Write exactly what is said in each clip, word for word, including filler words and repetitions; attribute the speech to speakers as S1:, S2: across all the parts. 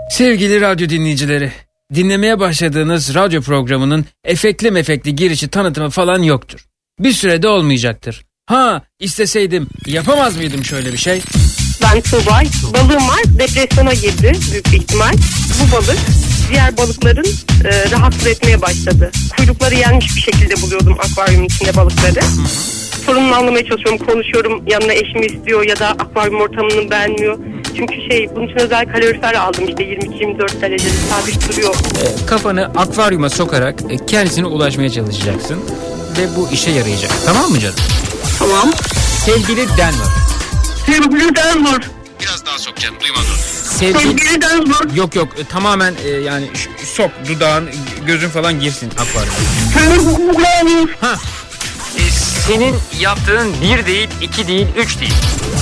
S1: Sevgili radyo dinleyicileri, dinlemeye başladığınız radyo programının efektli mefekli girişi tanıtımı falan yoktur. Bir sürede olmayacaktır. Ha, isteseydim yapamaz mıydım şöyle bir şey?
S2: Ben Tuğba, balığım var, depresyona girdi büyük bir ihtimal. Bu balık diğer balıkların e, rahatsız etmeye başladı. Kuyrukları yenmiş bir şekilde buluyordum akvaryumun içinde balıkları. Sorununu anlamaya çalışıyorum, konuşuyorum, yanına eşimi istiyor ya da akvaryum ortamını beğenmiyor. Çünkü şey, bunun için özel kalorifer aldım, işte yirmi iki yirmi dört derecede sabit duruyor.
S1: E, kafanı akvaryuma sokarak e, kendisine ulaşmaya çalışacaksın ve bu işe yarayacak. Tamam mı canım?
S2: Tamam.
S1: Sevgili Denver.
S2: Sevgili Denver.
S1: Biraz daha sok canım, duymadım.
S2: Sevgili, Sevgili Denver.
S1: Yok yok, e, tamamen e, yani ş- sok, dudağın, gözün falan girsin akvaryuma. Ha. E, senin yaptığın bir değil, iki değil, üç değil.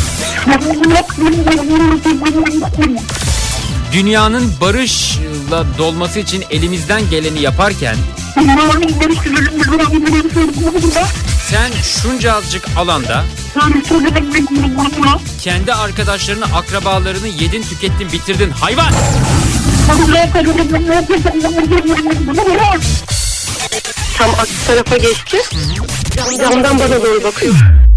S1: Dünyanın barışla dolması için elimizden geleni yaparken sen şunca azıcık alanda kendi arkadaşlarını, akrabalarını yedin, tükettin, bitirdin hayvan.
S2: Tam aksi tarafa geçti. Camdan bana doğru bakıyor.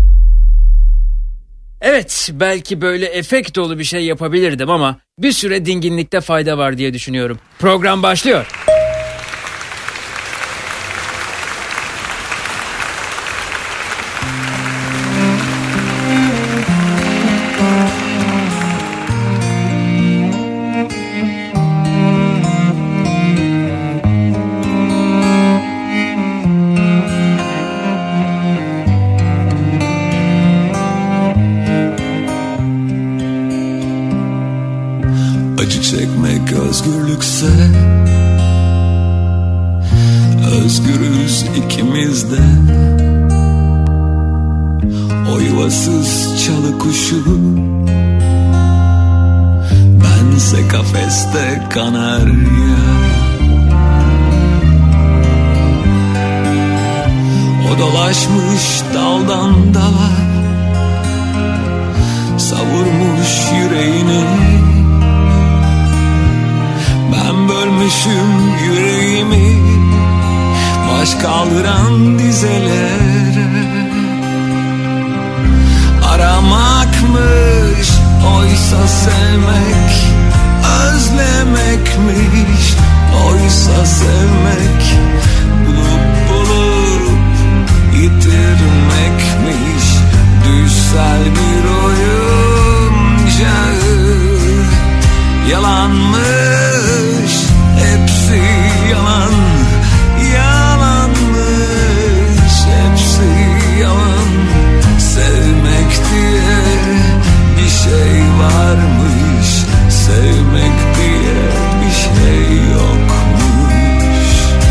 S1: Evet, belki böyle efekt dolu bir şey yapabilirdim ama bir süre dinginlikte fayda var diye düşünüyorum. Program başlıyor.
S3: Acı çekmek özgürlükse, özgürüz ikimiz de. O yuvasız çalı kuşu, bense kafeste kanarya. O dolaşmış daldan dala, savurmuş yüreğini. Ben bölmüşüm yüreğimi baş kaldıran dizelere. Aramakmış oysa sevmek, özlemekmiş oysa sevmek, bulup bulup yitirmekmiş düşsel bir oyuncağı. Yalanmış hepsi, yalan, yalanmış hepsi, yalan. Sevmek diye bir şey varmış, sevmek diye bir şey yokmuş.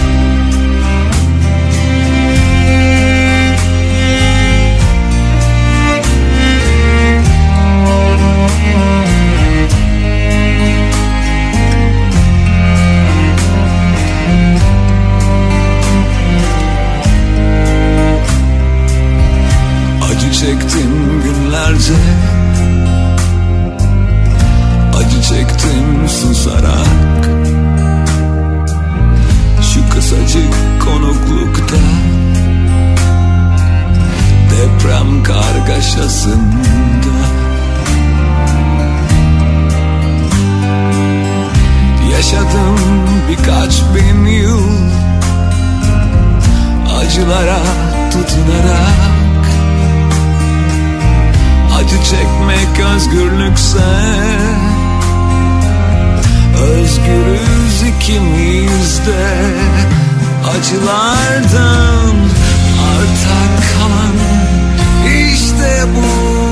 S3: Çektim günlerce, acı çektim susarak. Şu kısacık konuklukta, deprem kargaşasında. Yaşadım birkaç bin yıl acılara tutunarak. Acı çekmek özgürlükse, özgürüz ikimiz de. Acılardan arta kalan işte bu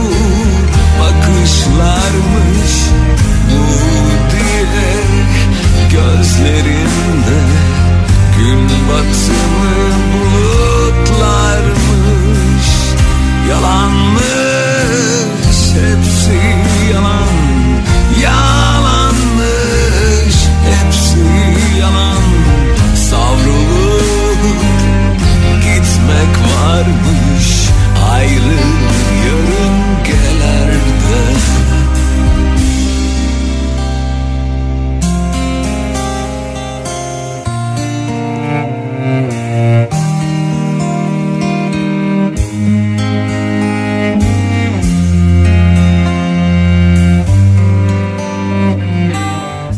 S3: bakışlarmış, bu diye gözlerinde gün batımı bulutlarmış. Yalanmış hepsi, yalan, yalanmış hepsi, yalan. Savrulup gitmek varmış ayrı yörüngelerde.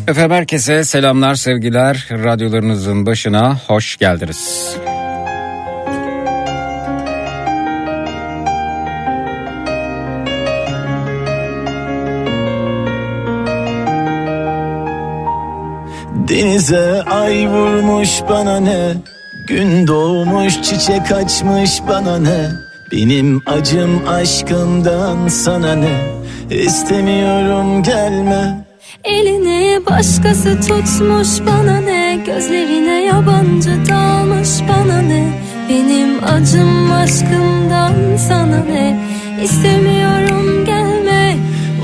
S4: Efendim herkese selamlar, sevgiler. Radyolarınızın başına hoş geldiniz.
S5: Denize ay vurmuş bana ne, gün doğmuş çiçek açmış bana ne, benim acım aşkımdan sana ne, istemiyorum gelme.
S6: Elini başkası tutmuş bana ne, gözlerine yabancı dalmış bana ne, benim acım aşkımdan sana ne, istemiyorum gelme.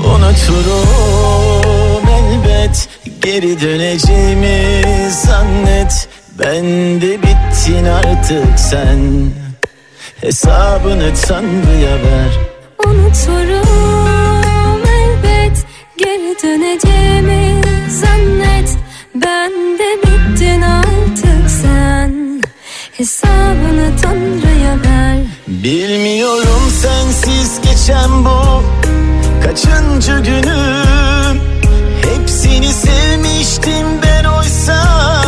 S5: Unuturum elbet, geri döneceğimi zannet, ben de bittin artık sen, hesabını Tanrı'ya ver.
S6: Unuturum elbet, geri döneceğimi zannet, ben de bittin artık sen, hesabını Tanrı'ya ver.
S5: Bilmiyorum sensiz geçen bu kaçıncı günüm, hepsini sevmiştim ben oysa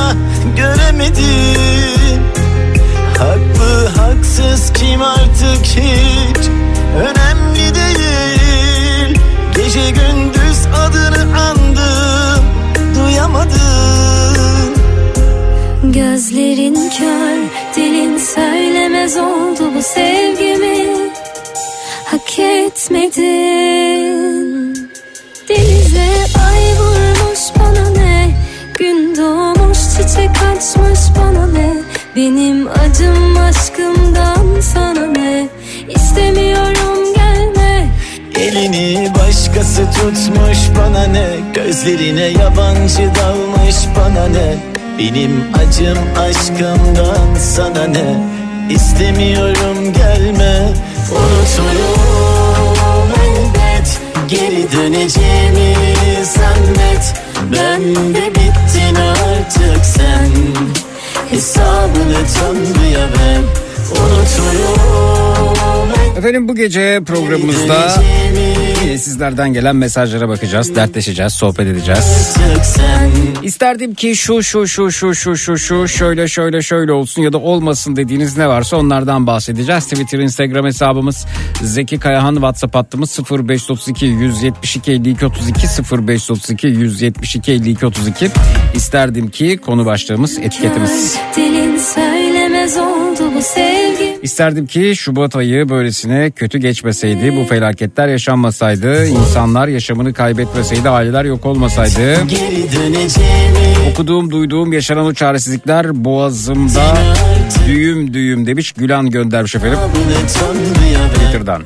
S5: göremedim. Haklı haksız kim artık hiç önemli değil, gece gündüz adını andım duyamadım.
S6: Gözlerin kör, dilin söylemez oldu bu sevgimi, hak etmedin. Denize ay vurmuş bana ne, gün doğmuş çiçek açmış bana ne, benim acım aşkımdan sana ne, istemiyorum gelme.
S5: Elini başkası tutmuş bana ne, gözlerine yabancı dalmış bana ne, benim acım aşkımdan sana ne, istemiyorum gelme. Unuturum elbet, geri döneceğimi zannet, ben de bittin artık sen, hesabını Tanrı'ya ver. Unuturum elbet.
S4: Efendim bu gece programımızda yine sizlerden gelen mesajlara bakacağız, dertleşeceğiz, sohbet edeceğiz. İsterdim ki şu şu şu şu şu şu şu şöyle şöyle şöyle olsun ya da olmasın dediğiniz ne varsa onlardan bahsedeceğiz. Twitter, Instagram hesabımız Zeki Kayahan, WhatsApp hattımız sıfır beş otuz iki yüz yetmiş iki elli iki otuz iki sıfır beş otuz iki yüz yetmiş iki elli iki otuz iki. İsterdim ki konu başlığımız, etiketimiz.
S6: Dilin söylemez oldu bu sevgi.
S4: İsterdim ki Şubat ayı böylesine kötü geçmeseydi, bu felaketler yaşanmasaydı, insanlar yaşamını kaybetmeseydi, aileler yok olmasaydı. Okuduğum, duyduğum, yaşanan o çaresizlikler boğazımda düğüm düğüm demiş, Gülan göndermiş efendim Twitter'dan.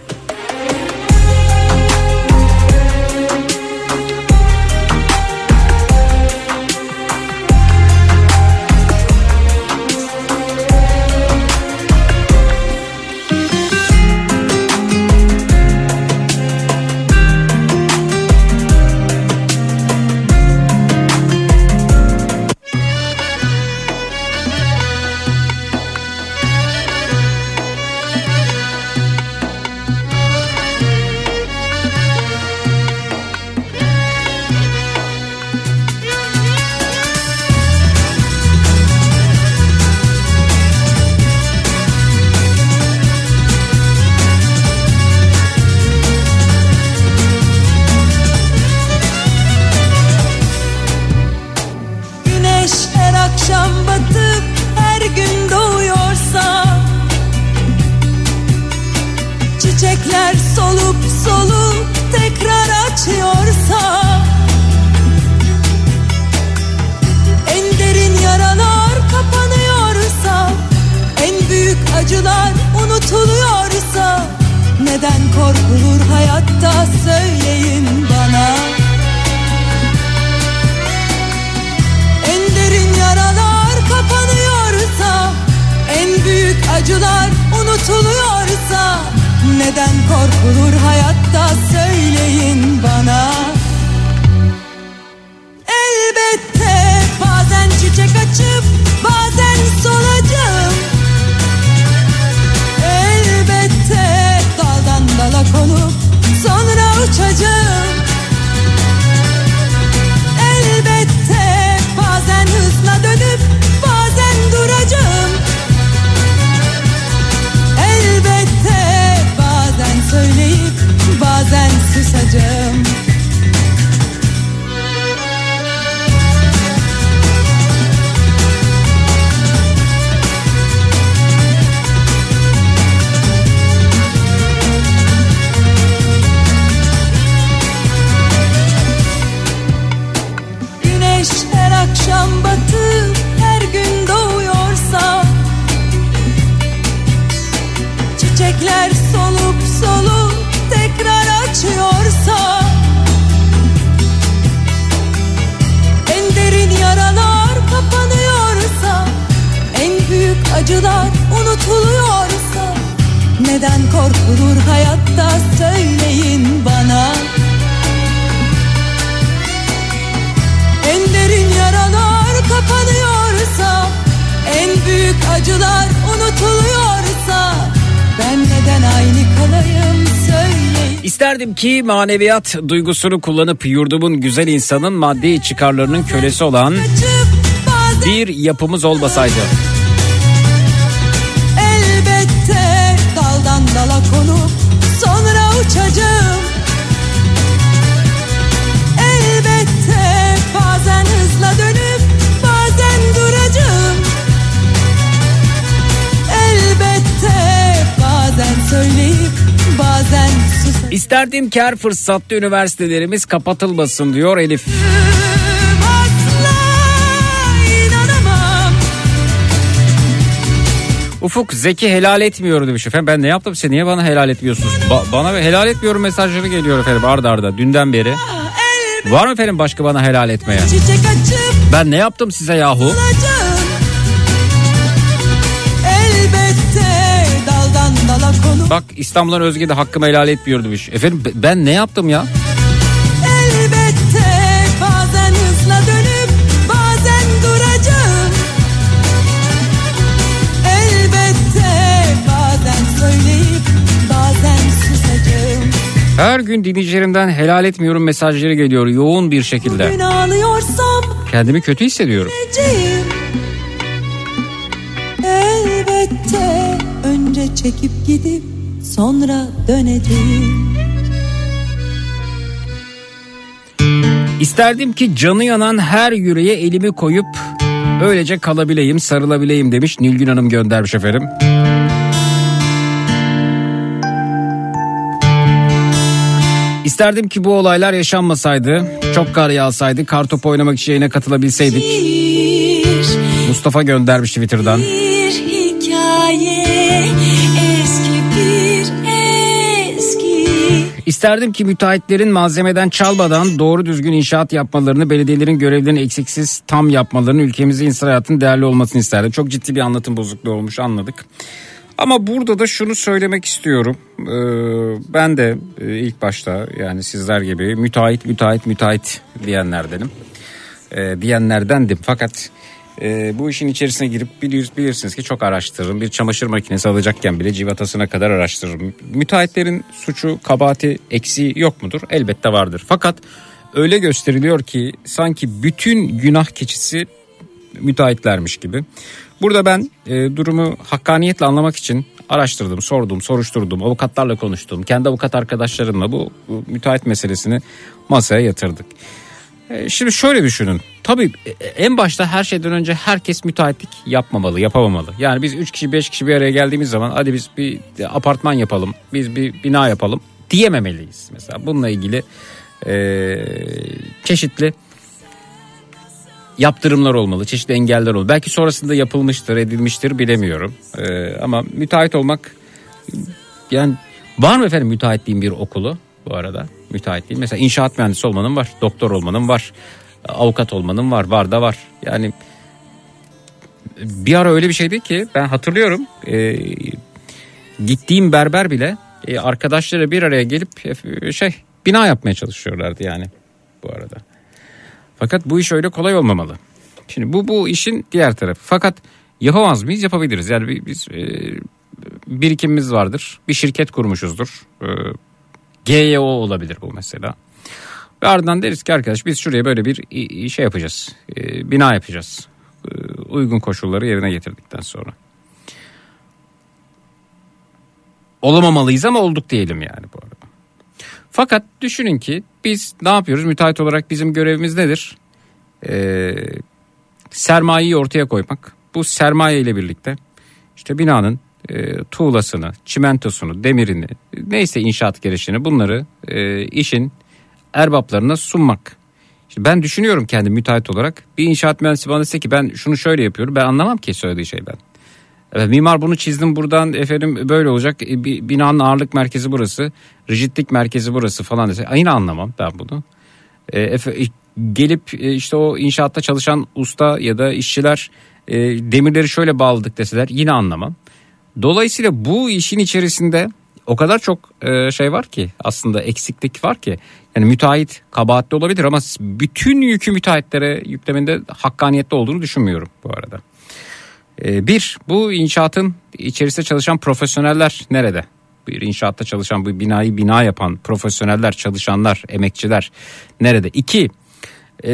S7: Çiçekler solup solup tekrar açıyorsa, en derin yaralar kapanıyorsa, en büyük acılar unutuluyorsa, neden korkulur hayatta söyleyin bana. En derin yaralar kapanıyorsa, en büyük acılar unutuluyorsa, neden korkulur hayatta söyleyin bana. Elbette bazen çiçek açıp bazen solacağım. Elbette daldan dala konup sonra uçacağım. Elbette akşam batıp her gün doğuyorsa, çiçekler solup solup tekrar açıyorsa, en derin yaralar kapanıyorsa, en büyük acılar unutuluyorsa, neden korkulur hayatta söyleyin bana. En derin yaralar kapanıyorsa, en büyük acılar unutuluyorsa, ben neden aynı kalayım söyleyin.
S4: İsterdim ki maneviyat duygusunu kullanıp yurdumun güzel insanın maddi çıkarlarının kölesi olan bir yapımız olmasaydı.
S7: Elbette daldan dala konup sonra uçacağım. Elbette bazen hızla dönüp bazen duracağım. Elbette bazen söyleyip bazen susacağım.
S4: İsterdim ki her fırsatta üniversitelerimiz kapatılmasın diyor Elif. Ufuk Zeki helal etmiyor demiş efendim. Ben ne yaptım size, niye bana helal etmiyorsunuz? Ba- bana helal etmiyorum mesajları geliyor efendim arda arda dünden beri. Var mı efendim başka bana helal etmeye? Ben ne yaptım size yahu? Bak İstanbul'dan Özge de hakkımı helal etmiyor demiş. Efendim ben ne yaptım ya?
S7: Elbette bazen hızla dönüp bazen duracağım. Elbette bazen söyleyip bazen susacağım.
S4: Her gün dinleyicilerimden helal etmiyorum mesajları geliyor yoğun bir şekilde.
S7: Bugün ağlıyorsam
S4: kendimi kötü hissediyorum.
S7: Geleceğim. Elbette önce çekip gidip sonra döneceğim.
S4: İsterdim ki canı yanan her yüreğe elimi koyup öylece kalabileyim, sarılabileyim demiş Nilgün Hanım göndermiş efendim. İsterdim ki bu olaylar yaşanmasaydı, çok kar yağsaydı, kartopu oynamak için yayına katılabilseydik. Mustafa göndermiş Twitter'dan.
S6: Bir hikaye, eski bir eski.
S4: İsterdim ki müteahhitlerin malzemeden çalmadan doğru düzgün inşaat yapmalarını, belediyelerin görevlerini eksiksiz tam yapmalarını, ülkemizde insan hayatının değerli olmasını isterdim. Çok ciddi bir anlatım bozukluğu olmuş, anladık. Ama burada da şunu söylemek istiyorum. Ee, ben de e, ilk başta yani sizler gibi müteahhit müteahhit müteahhit diyenlerdenim. Ee, diyenlerdendim. Fakat e, bu işin içerisine girip bilir, bilirsiniz ki çok araştırırım. Bir çamaşır makinesi alacakken bile civatasına kadar araştırırım. Müteahhitlerin suçu, kabahati, eksiği yok mudur? Elbette vardır. Fakat öyle gösteriliyor ki sanki bütün günah keçisi müteahhitlermiş gibi. Burada ben e, durumu hakkaniyetle anlamak için araştırdım, sordum, soruşturdum, avukatlarla konuştum. Kendi avukat arkadaşlarımla bu, bu müteahhit meselesini masaya yatırdık. E, şimdi şöyle düşünün. Tabii en başta her şeyden önce herkes müteahhitlik yapmamalı, yapamamalı. Yani biz üç kişi beş kişi bir araya geldiğimiz zaman hadi biz bir apartman yapalım, biz bir bina yapalım diyememeliyiz. Mesela bununla ilgili e, çeşitli yaptırımlar olmalı, çeşitli engeller olmalı. Belki sonrasında yapılmıştır, edilmiştir bilemiyorum. Ee, ama müteahhit olmak, yani var mı efendim müteahhitliğin bir okulu bu arada? Müteahhitliğin mesela inşaat mühendisi olmanın var, doktor olmanın var, avukat olmanın var, var da var. Yani bir ara öyle bir şeydi ki ben hatırlıyorum e, gittiğim berber bile e, arkadaşları bir araya gelip e, şey bina yapmaya çalışıyorlardı yani bu arada. Fakat bu iş öyle kolay olmamalı. Şimdi bu bu işin diğer tarafı. Fakat yapamaz mıyız? Yapabiliriz. Yani biz e, birikimimiz vardır. Bir şirket kurmuşuzdur. E, G Y O olabilir bu mesela. Ve ardından deriz ki arkadaş biz şuraya böyle bir şey yapacağız. E, bina yapacağız. E, uygun koşulları yerine getirdikten sonra. Olamamalıyız ama olduk diyelim yani bu arada. Fakat düşünün ki biz ne yapıyoruz? Müteahhit olarak bizim görevimiz nedir? Ee, sermayeyi ortaya koymak. Bu sermaye ile birlikte işte binanın e, tuğlasını, çimentosunu, demirini, neyse inşaat girişini bunları e, işin erbaplarına sunmak. Ben düşünüyorum kendim müteahhit olarak. Bir inşaat mühendisi bana dese ki ben şunu şöyle yapıyorum. Ben anlamam ki söylediği şey ben. Evet, mimar bunu çizdim buradan efendim böyle olacak. Bir binanın ağırlık merkezi burası. Rigidlik merkezi burası falan dese. Yine anlamam ben bunu. E, efe, gelip e, işte o inşaatta çalışan usta ya da işçiler e, demirleri şöyle bağladık deseler yine anlamam. Dolayısıyla bu işin içerisinde o kadar çok e, şey var ki aslında eksiklik var ki. Yani müteahhit kabahatli olabilir ama bütün yükü müteahhitlere yükleminde hakkaniyetli olduğunu düşünmüyorum bu arada. E, bir, bu inşaatın içerisinde çalışan profesyoneller nerede? Bir inşaatta çalışan, bu binayı bina yapan profesyoneller, çalışanlar, emekçiler nerede? İki, e,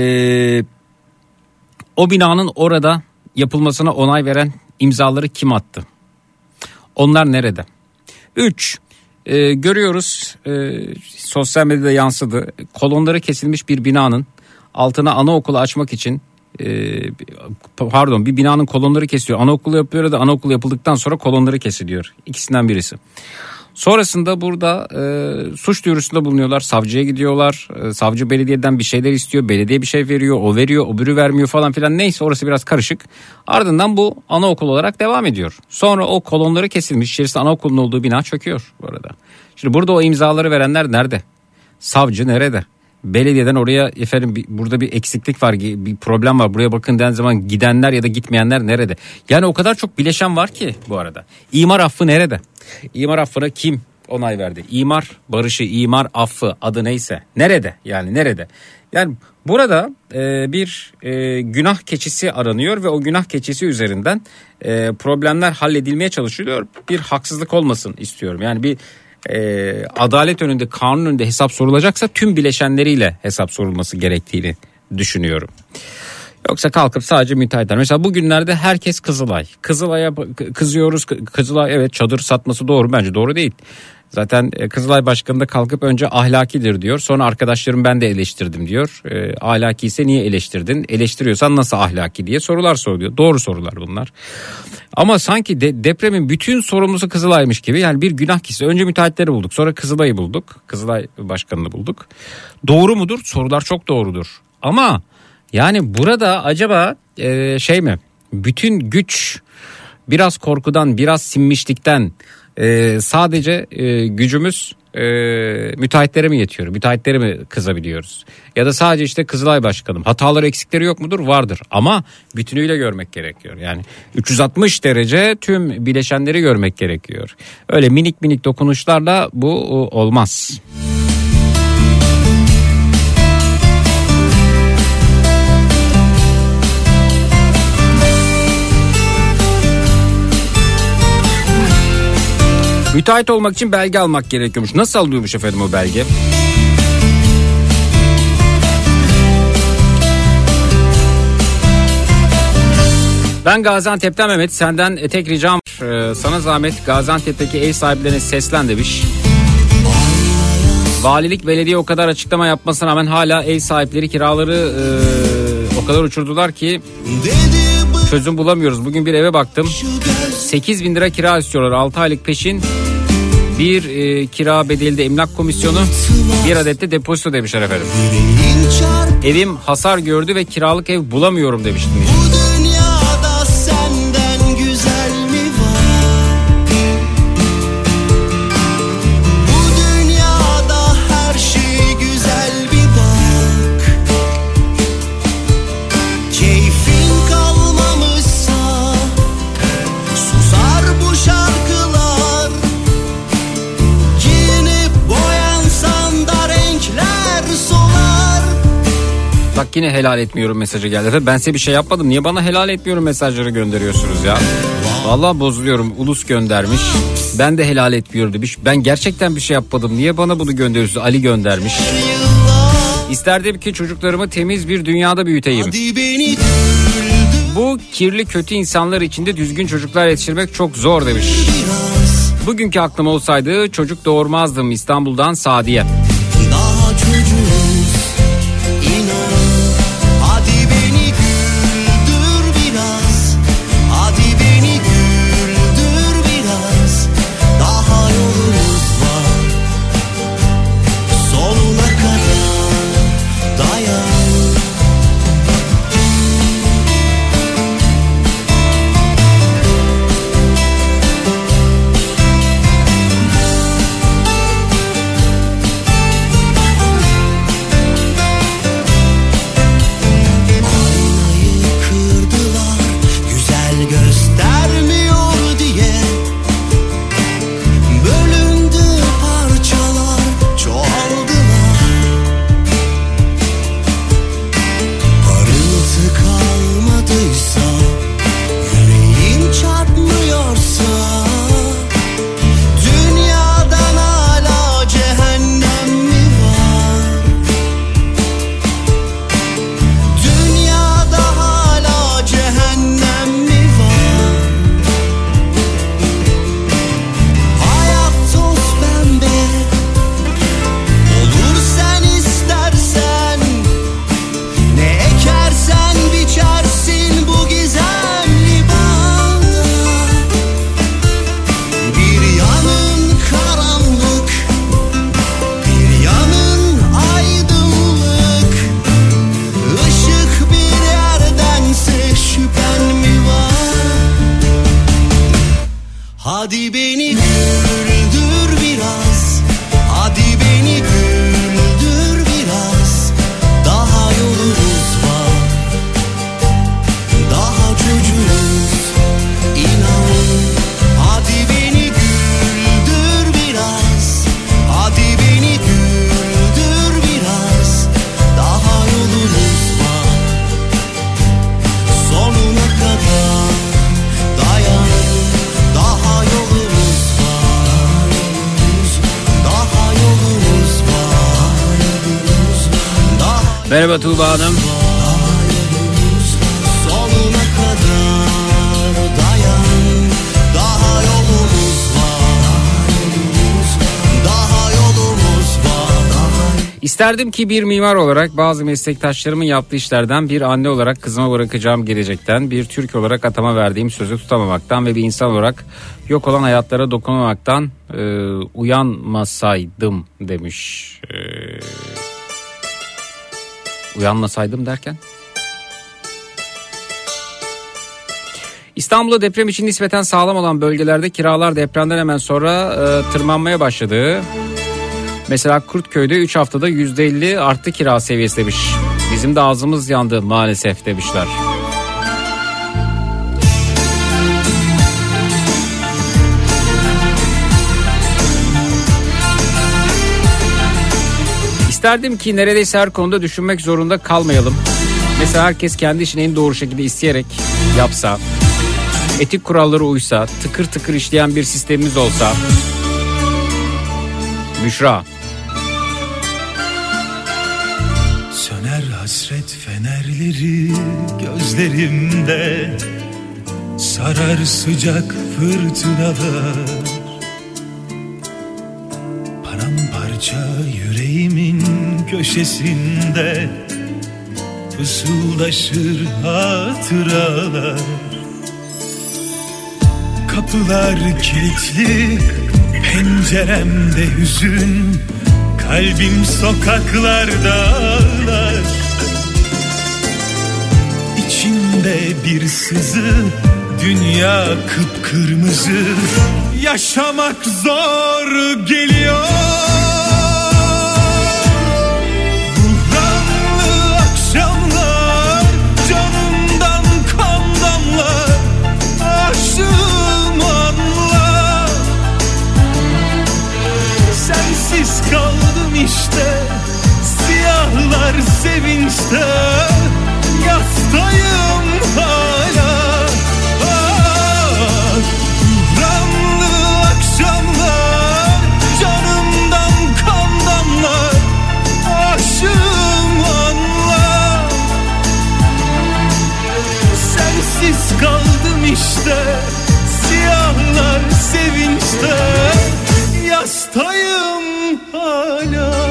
S4: o binanın orada yapılmasına onay veren imzaları kim attı? Onlar nerede? Üç, e, görüyoruz e, sosyal medyada yansıdı. Kolonları kesilmiş bir binanın altına anaokulu açmak için e, pardon bir binanın kolonları kesiliyor. Anaokulu yapıyor ya da anaokulu yapıldıktan sonra kolonları kesiliyor. İkisinden birisi. Sonrasında burada e, suç duyurusunda bulunuyorlar. Savcıya gidiyorlar. E, savcı belediyeden bir şeyler istiyor. Belediye bir şey veriyor. O veriyor. Öbürü vermiyor falan filan. Neyse orası biraz karışık. Ardından bu anaokul olarak devam ediyor. Sonra o kolonları kesilmiş. İçerisinde anaokulun olduğu bina çöküyor bu arada. Şimdi burada o imzaları verenler nerede? Savcı nerede? Belediyeden oraya efendim bir, burada bir eksiklik var, bir problem var. Buraya bakın den zaman gidenler ya da gitmeyenler nerede? Yani o kadar çok bileşen var ki bu arada. İmar affı nerede? İmar affına kim onay verdi? İmar barışı, imar affı adı neyse. Nerede? Yani nerede? Yani burada e, bir e, günah keçisi aranıyor ve o günah keçisi üzerinden e, problemler halledilmeye çalışılıyor. Bir haksızlık olmasın istiyorum. Yani bir e, adalet önünde, kanun önünde hesap sorulacaksa tüm bileşenleriyle hesap sorulması gerektiğini düşünüyorum. Yoksa kalkıp sadece müteahhitler. Mesela bugünlerde herkes Kızılay. Kızılay'a kızıyoruz. Kızılay evet çadır satması doğru, bence doğru değil. Zaten Kızılay Başkanı da kalkıp önce ahlakidir diyor. Sonra arkadaşlarım ben de eleştirdim diyor. E, ahlaki ise niye eleştirdin? Eleştiriyorsan nasıl ahlaki diye sorular soruluyor. Doğru sorular bunlar. Ama sanki de, depremin bütün sorumlusu Kızılay'mış gibi. Yani bir günah kişisi. Önce müteahhitleri bulduk. Sonra Kızılay'ı bulduk. Kızılay Başkanı'nı bulduk. Doğru mudur? Sorular çok doğrudur. Ama yani burada acaba e, şey mi? Bütün güç biraz korkudan, biraz sinmişlikten e, sadece e, gücümüz e, müteahhitlere mi yetiyor? Müteahhitlere mi kızabiliyoruz? Ya da sadece işte Kızılay Başkanım. Hataları, eksikleri yok mudur? Vardır. Ama bütünüyle görmek gerekiyor. Yani üç yüz altmış derece tüm bileşenleri görmek gerekiyor. Öyle minik minik dokunuşlarla bu olmaz. Müteahhit olmak için belge almak gerekiyormuş. Nasıl alıyormuş efendim o belge? Ben Gaziantep'ten Mehmet, senden tek ricam ee, sana zahmet Gaziantep'teki ev sahiplerine seslen demiş. Valilik, belediye o kadar açıklama yapmasına rağmen hala ev sahipleri kiraları e, o kadar uçurdular ki çözüm bulamıyoruz. Bugün bir eve baktım. sekiz bin lira kira istiyorlar. altı aylık peşin. Bir e, kira bedeli de emlak komisyonu. Bir adet de depozito demişler efendim. Evim hasar gördü ve kiralık ev bulamıyorum demiştim.
S8: Bu dünyada senden güzel mi var? Bu dünyada her şey güzel bir bak. Keyfin kalmamışsa susar bu şarkılar. Giyinip boyansan da renkler solar.
S4: Bak yine helal etmiyorum mesajı geldi. Ben size bir şey yapmadım. Niye bana helal etmiyorum mesajları gönderiyorsunuz ya? Vallahi bozuluyorum. Ulus göndermiş. Ben de helal etmiyorum demiş. Ben gerçekten bir şey yapmadım. Niye bana bunu gönderiyorsunuz? Ali göndermiş. İsterdim ki çocuklarımı temiz bir dünyada büyüteyim. Bu kirli kötü insanlar içinde düzgün çocuklar yetiştirmek çok zor demiş. Bugünkü aklım olsaydı çocuk doğurmazdım. İstanbul'dan Sadiye.
S8: Daha çocuğuz, inan. Hadi beni güldür biraz. Hadi beni güldür biraz. Daha yolumuz var. Sonuna kadar dayan.
S1: Merhaba Tuğba Hanım.
S8: Sonuna kadar dayan. Daha yolumuz var. Daha yolumuz var.
S4: İsterdim ki bir mimar olarak bazı meslektaşlarımın yaptığı işlerden, bir anne olarak kızıma bırakacağım gelecekten, bir Türk olarak atama verdiğim sözü tutamamaktan ve bir insan olarak yok olan hayatlara dokunmamaktan e, uyanmasaydım demiş. E, uyanmasaydım derken? İstanbul'da deprem için nispeten sağlam olan bölgelerde kiralar depremden hemen sonra e, tırmanmaya başladı. Mesela Kurtköy'de üç haftada yüzde elli arttı kira seviyesi demiş. Bizim de ağzımız yandı maalesef demişler. İsterdim ki neredeyse her konuda düşünmek zorunda kalmayalım. Mesela herkes kendi işini en doğru şekilde isteyerek yapsa, etik kurallara uysa, tıkır tıkır işleyen bir sistemimiz olsa. Büşra.
S5: Söner hasret fenerleri gözlerimde, sarar sıcak fırtınalar. Paramparça yüreğimin köşesinde fısıldaşır hatıralar. Kapılar kilitli, penceremde hüzün, kalbim sokaklarda ağlar. İçimde bir sızı, dünya kıpkırmızı, yaşamak zor geliyor. Buhranlı akşamlar, canımdan kan damlar, aşığım anla. Sensiz kaldım işte, siyahlar sevinçte, yastayım hala. Ah, buhranlı akşamlar, canımdan kan damlar, aşığım anla. Sensiz kaldım işte, siyahlar sevinçte, yastayım hala.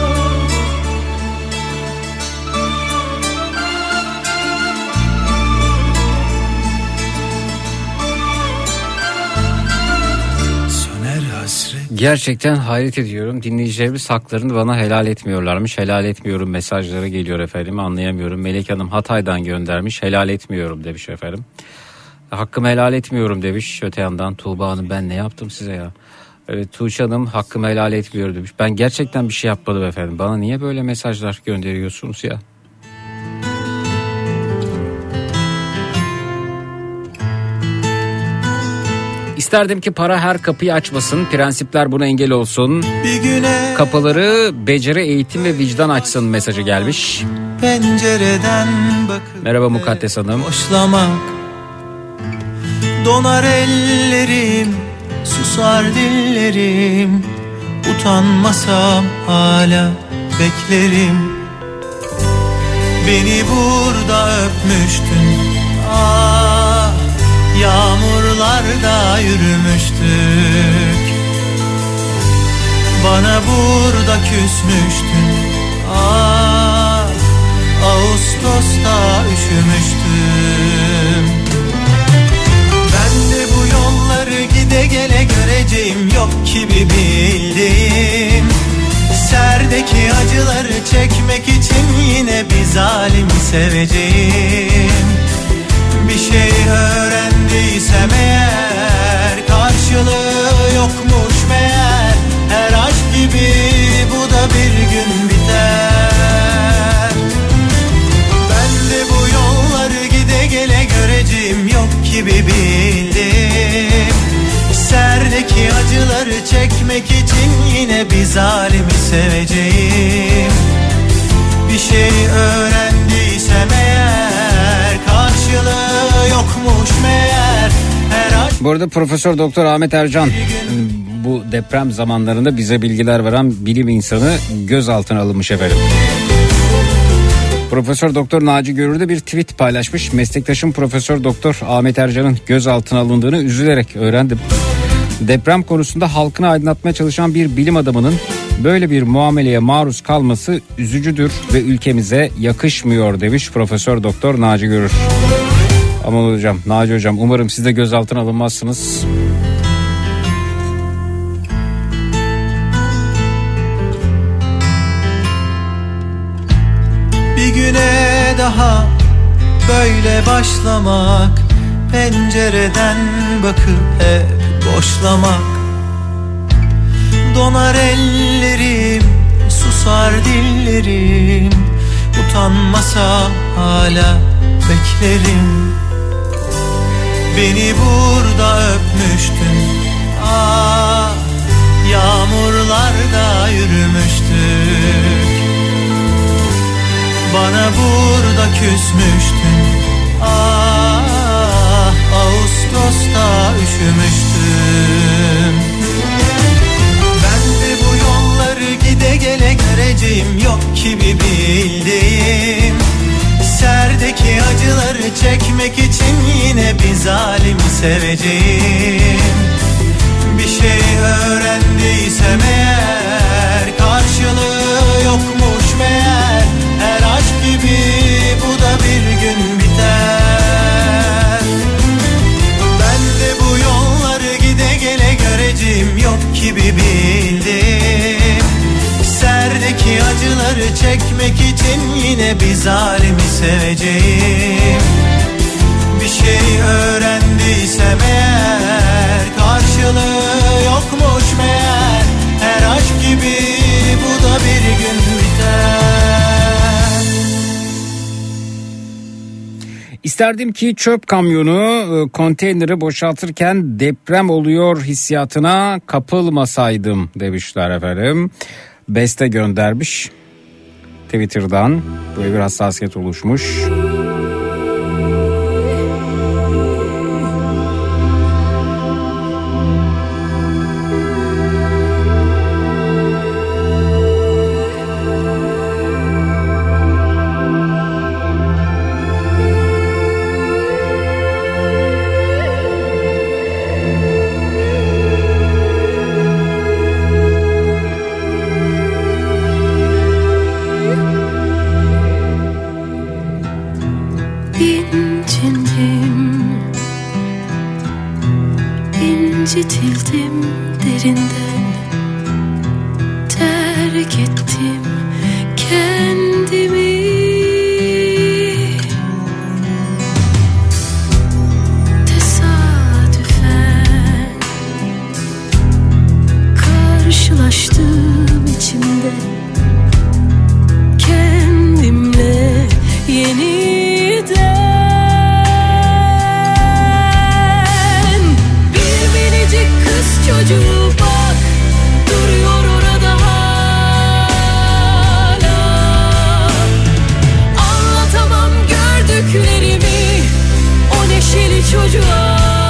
S5: Söner hasret.
S4: Gerçekten hayret ediyorum. Dinleyicilerimiz haklarını bana helal etmiyorlarmış. Helal etmiyorum mesajları geliyor efendim. Anlayamıyorum. Melek Hanım Hatay'dan göndermiş. Helal etmiyorum demiş efendim. Hakkımı helal etmiyorum demiş. Öte yandan Tuğba Hanım ben ne yaptım size ya? Evet, Tuğçe Hanım hakkımı helal etmiyor demiş. Ben gerçekten bir şey yapmadım efendim. Bana niye böyle mesajlar gönderiyorsunuz ya? İsterdim ki para her kapıyı açmasın. Prensipler buna engel olsun.
S5: Bir güne
S4: Kapıları beceri, eğitim ve vicdan açsın mesajı gelmiş.
S5: pencereden bakıp
S4: Merhaba Mukaddes Hanım.
S5: boşlamak, donar ellerim, susar dillerim, utanmasam hala beklerim. Beni burada öpmüştün, ah, yağmurlarda yürümüştük. Bana burada küsmüştün, ah, Ağustos'ta üşümüştüm. Ben de bu yolları gide gele göreceğim yok ki bir bildiğim. Serdeki acıları çekmek için yine bir zalimi seveceğim. Bir şey öğrendiysem eğer, karşılığı yokmuş meğer. Her aşk gibi bu da bir gün biter. Ben de bu yolları gide gele göreceğim yok ki bir bildiğim. Serdeki acıları çekmek için yine bir zalimi seveceğim. Bir şey öğrendiysem eğer, karşılığı yokmuş meğer. Her aşk...
S4: Bu arada Profesör Doktor Ahmet Ercan bu deprem zamanlarında bize bilgiler veren bilim insanı gözaltına alınmış efendim. Profesör Doktor Naci Görür de bir tweet paylaşmış. Meslektaşım Profesör Doktor Ahmet Ercan'ın gözaltına alındığını üzülerek öğrendim. Deprem konusunda halkını aydınlatmaya çalışan bir bilim adamının böyle bir muameleye maruz kalması üzücüdür ve ülkemize yakışmıyor demiş Profesör Doktor Naci Görür. Aman hocam, Naci hocam, umarım siz de gözaltına alınmazsınız.
S8: Bir güne daha böyle başlamak, pencereden bakıp hep boşlamak. Donar ellerim, susar dillerim, utanmasa hala beklerim. Beni burada öpmüştün, ah, yağmurlarda yürümüştük. Bana burada küsmüştün, ah, Ağustos'ta üşümüştüm. Ben de bu yolları gide gele göreceğim yok ki bir bildiğim. Serdeki acıları çekmek için yine bir zalimi seveceğim. Bir şey öğrendiysem eğer, karşılığı yokmuş meğer. Her aşk gibi bu da bir gün biter. Ben de bu yolları gide gele göreceğim yok ki bir bildim. Serdeki acıları çekmek için yine bir zalimi seveceğim. Bir şey öğrendiysem eğer, karşılığı yokmuş meğer. Her aşk gibi bu da bir gün biter.
S4: İsterdim ki çöp kamyonu konteyneri boşaltırken deprem oluyor hissiyatına kapılmasaydım demişler efendim. Beste göndermiş Twitter'dan, böyle bir hassasiyet oluşmuş.
S6: İncitildim derinden, terk ettim kendimi. Tesadüfen karşılaştım içimde kendimle yeniden. Çocuğu bak, duruyor orada hala. Anlatamam gördüklerimi o neşeli çocuğa.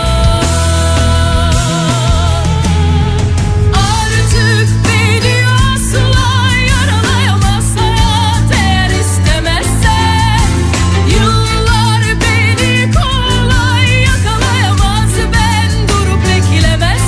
S6: Artık beni asla yaralayamaz hayat eğer istemezsen. Yıllar beni kolay yakalayamaz, ben durup beklemezsem.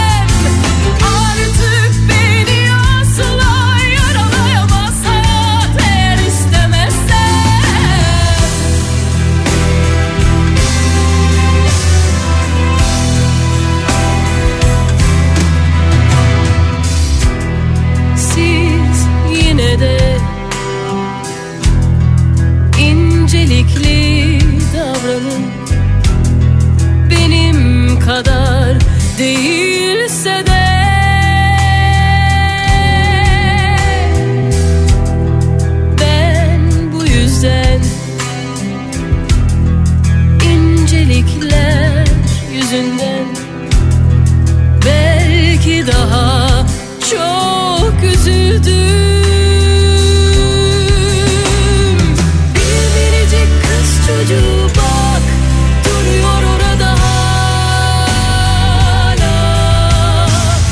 S6: İncelikli davranın, benim kadar değilse de. Ben bu yüzden incelikler yüzünden belki daha çok üzüldüm. Çocuğu bak, duruyor orada hala.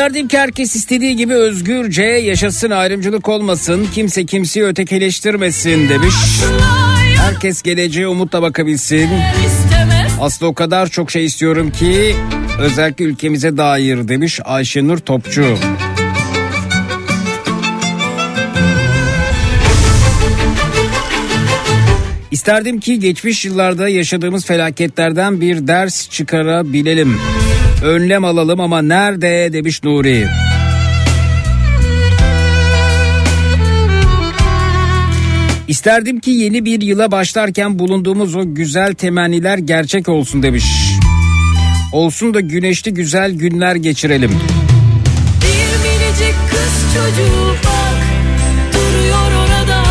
S4: İsterdim ki herkes istediği gibi özgürce yaşasın, ayrımcılık olmasın, kimse kimseyi ötekileştirmesin demiş. Herkes geleceğe umutla bakabilsin. Aslında o kadar çok şey istiyorum ki özellikle ülkemize dair demiş Ayşenur Topçu. İsterdim ki geçmiş yıllarda yaşadığımız felaketlerden bir ders çıkarabilelim. Önlem alalım ama nerede demiş Nuri. İsterdim ki yeni bir yıla başlarken bulunduğumuz o güzel temenniler gerçek olsun demiş. Olsun da güneşli güzel günler geçirelim.
S6: Bir minicik kız çocuğu bak, duruyor orada.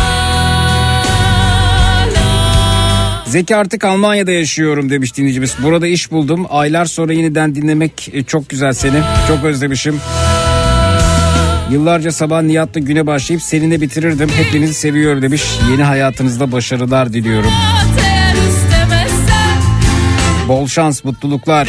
S4: Zeki artık Almanya'da yaşıyorum demiş dinleyicimiz. Burada iş buldum. Aylar sonra yeniden dinlemek çok güzel seni. Çok özlemişim. Yıllarca sabah niyatla güne başlayıp seninle bitirirdim. Hepinizi seviyorum demiş. Yeni hayatınızda başarılar diliyorum. Bol şans, mutluluklar.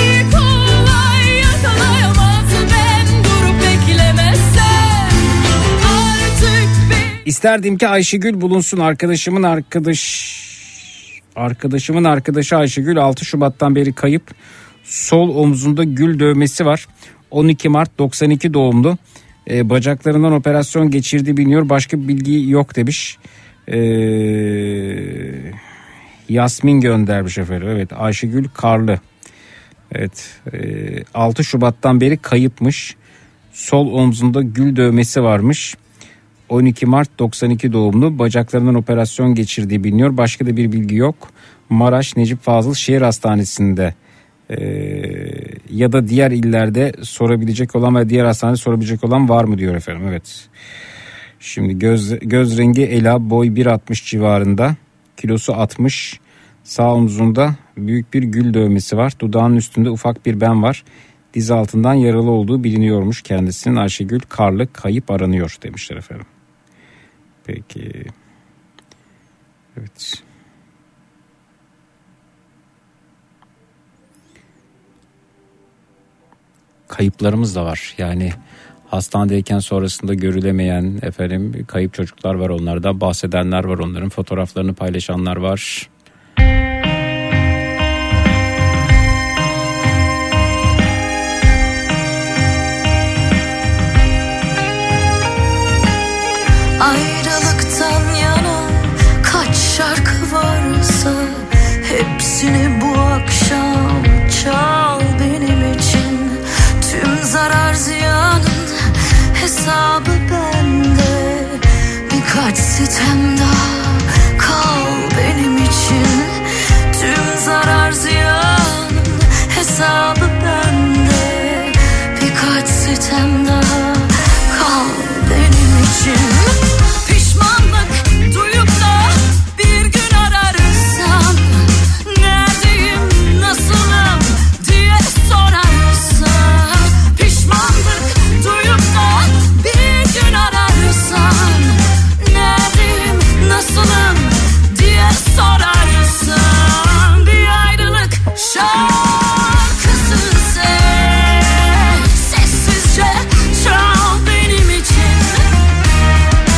S4: İsterdim ki Ayşegül bulunsun. Arkadaşımın arkadaş arkadaşımın arkadaşı Ayşegül altı Şubat'tan beri kayıp. Sol omzunda gül dövmesi var. on iki Mart doksan iki doğumlu. Ee, bacaklarından operasyon geçirdiği biliniyor. Başka bir bilgi yok demiş. Ee, Yasmin göndermiş efendim. Evet, Ayşegül Karlı. Evet. E, altı Şubat'tan beri kayıpmış. Sol omzunda gül dövmesi varmış. on iki Mart doksan iki doğumlu. Bacaklarından operasyon geçirdiği biliniyor. Başka da bir bilgi yok. Maraş Necip Fazıl Şehir Hastanesi'nde Ee, ya da diğer illerde sorabilecek olan ve diğer hastanede sorabilecek olan var mı diyor efendim. Evet. Şimdi göz göz rengi Ela, boy bir altmış civarında, kilosu altmış, sağ omzunda büyük bir gül dövmesi var, dudağının üstünde ufak bir ben var, diz altından yaralı olduğu biliniyormuş kendisinin. Ayşegül Karlı kayıp aranıyor demişler efendim. Peki. Evet. Kayıplarımız da var. Yani hastanedeyken sonrasında görülemeyen efendim kayıp çocuklar var, onlardan bahsedenler var, onların fotoğraflarını paylaşanlar var.
S9: Ayrılıktan yana kaç şarkı varsa hepsini bu akşam çal benim için. Tüm zarar ziyanın hesabı bende. Birkaç sitem daha kal benim için. Tüm zarar ziyanın hesabı bende. Birkaç sitem daha kal benim için. Pişmanlık duyup da bir gün ararsan, neredeyim, nasılım diye sorarsan. Pişmanlık duyup da bir gün ararsan, neredeyim, nasılım diye sorarsan. Bir ayrılık şarkısı sev, sessizce çal benim için.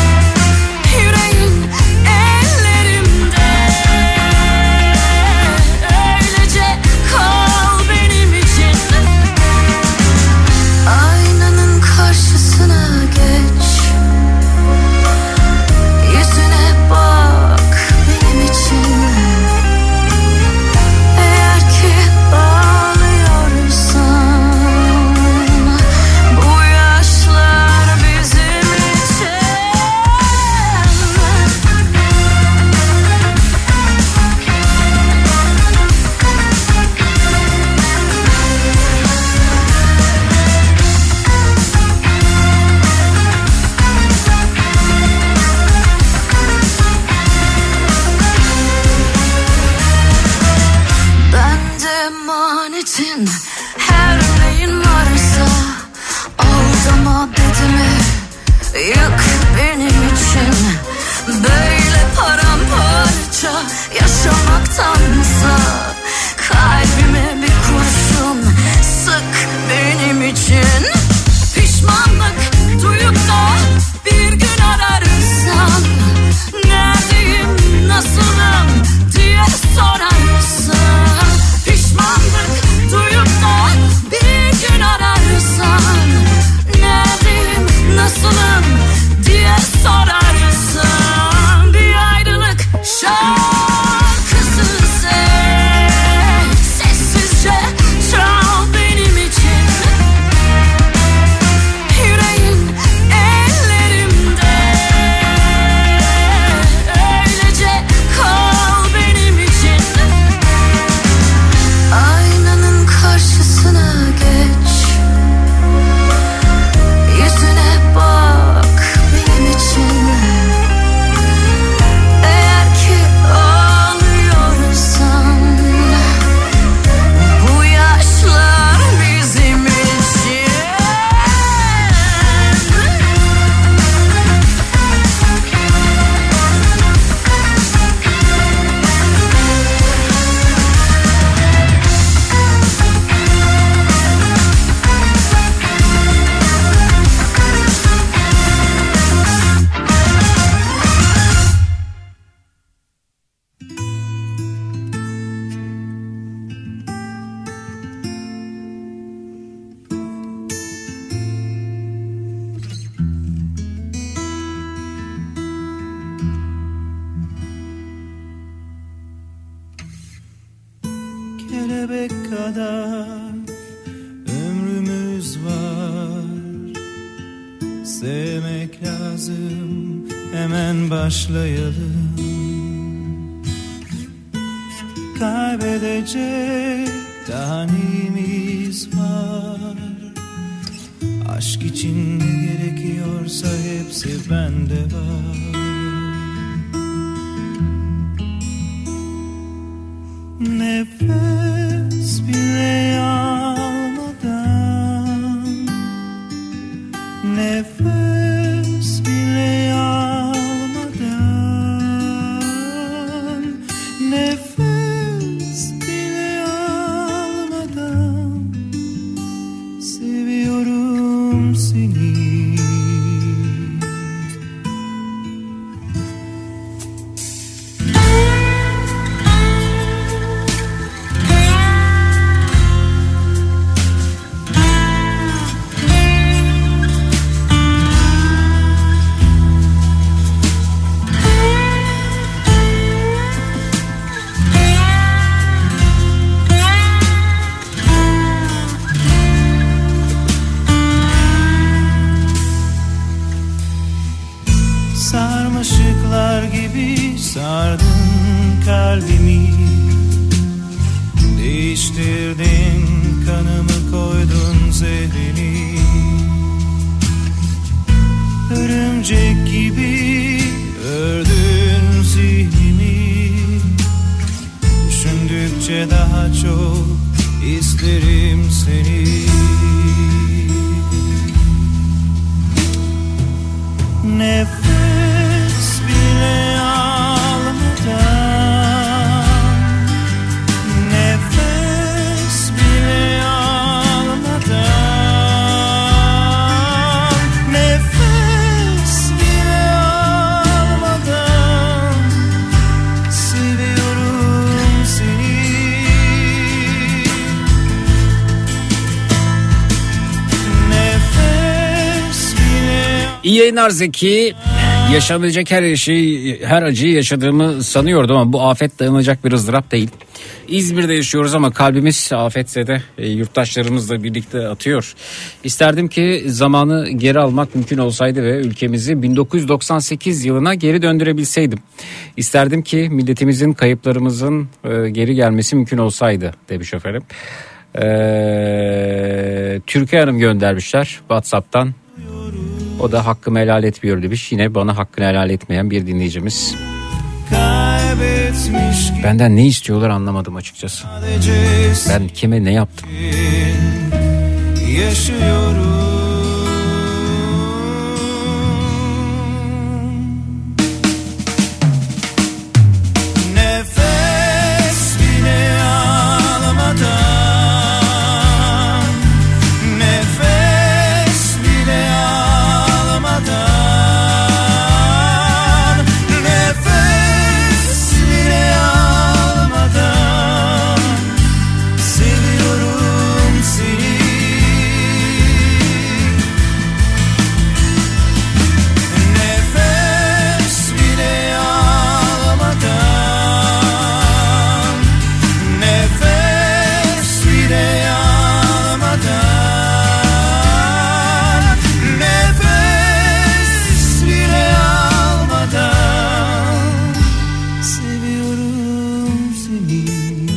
S8: bitecek kadar ömrümüz var. Sevmek lazım, hemen başlayalım. Kaybedecek daha neyimiz var? Aşk için ne gerekiyorsa hepsi bende var. Nefes bile almadan, nefes bile almadan, nefes bile almadan seviyorum seni. Sarmaşıklar gibi sardın kalbimi, değiştirdin kanımı, koydun zehrini. Örümcek gibi ördün zihnimi, düşündükçe daha çok isterim seni. Nefes bile almadan, nefes bile almadan, nefes bile almadan seviyorum seni. Nefes bile.
S4: İyi yayınlar Zeki. Yaşanabilecek her şeyi, her acıyı yaşadığımı sanıyordum ama bu afet dayanılacak bir ızdırap değil. İzmir'de yaşıyoruz ama kalbimiz afetse de e, yurttaşlarımızla birlikte atıyor. İsterdim ki zamanı geri almak mümkün olsaydı ve ülkemizi bin dokuz yüz doksan sekiz yılına geri döndürebilseydim. İsterdim ki milletimizin, kayıplarımızın e, geri gelmesi mümkün olsaydı demiş efendim. Ee, Türkiye Hanım göndermişler WhatsApp'tan. O da hakkımı helal etmiyor demiş. Yine bana hakkını helal etmeyen bir dinleyicimiz. Benden ne istiyorlar anlamadım açıkçası. Ben kime ne yaptım?
S8: Yaşıyorum. Nefes bile almadan, nefes bile almadan, nefes bile almadan seviyorum seni. Nefes bile almadan, nefes bile almadan, nefes bile almadan seviyorum seni.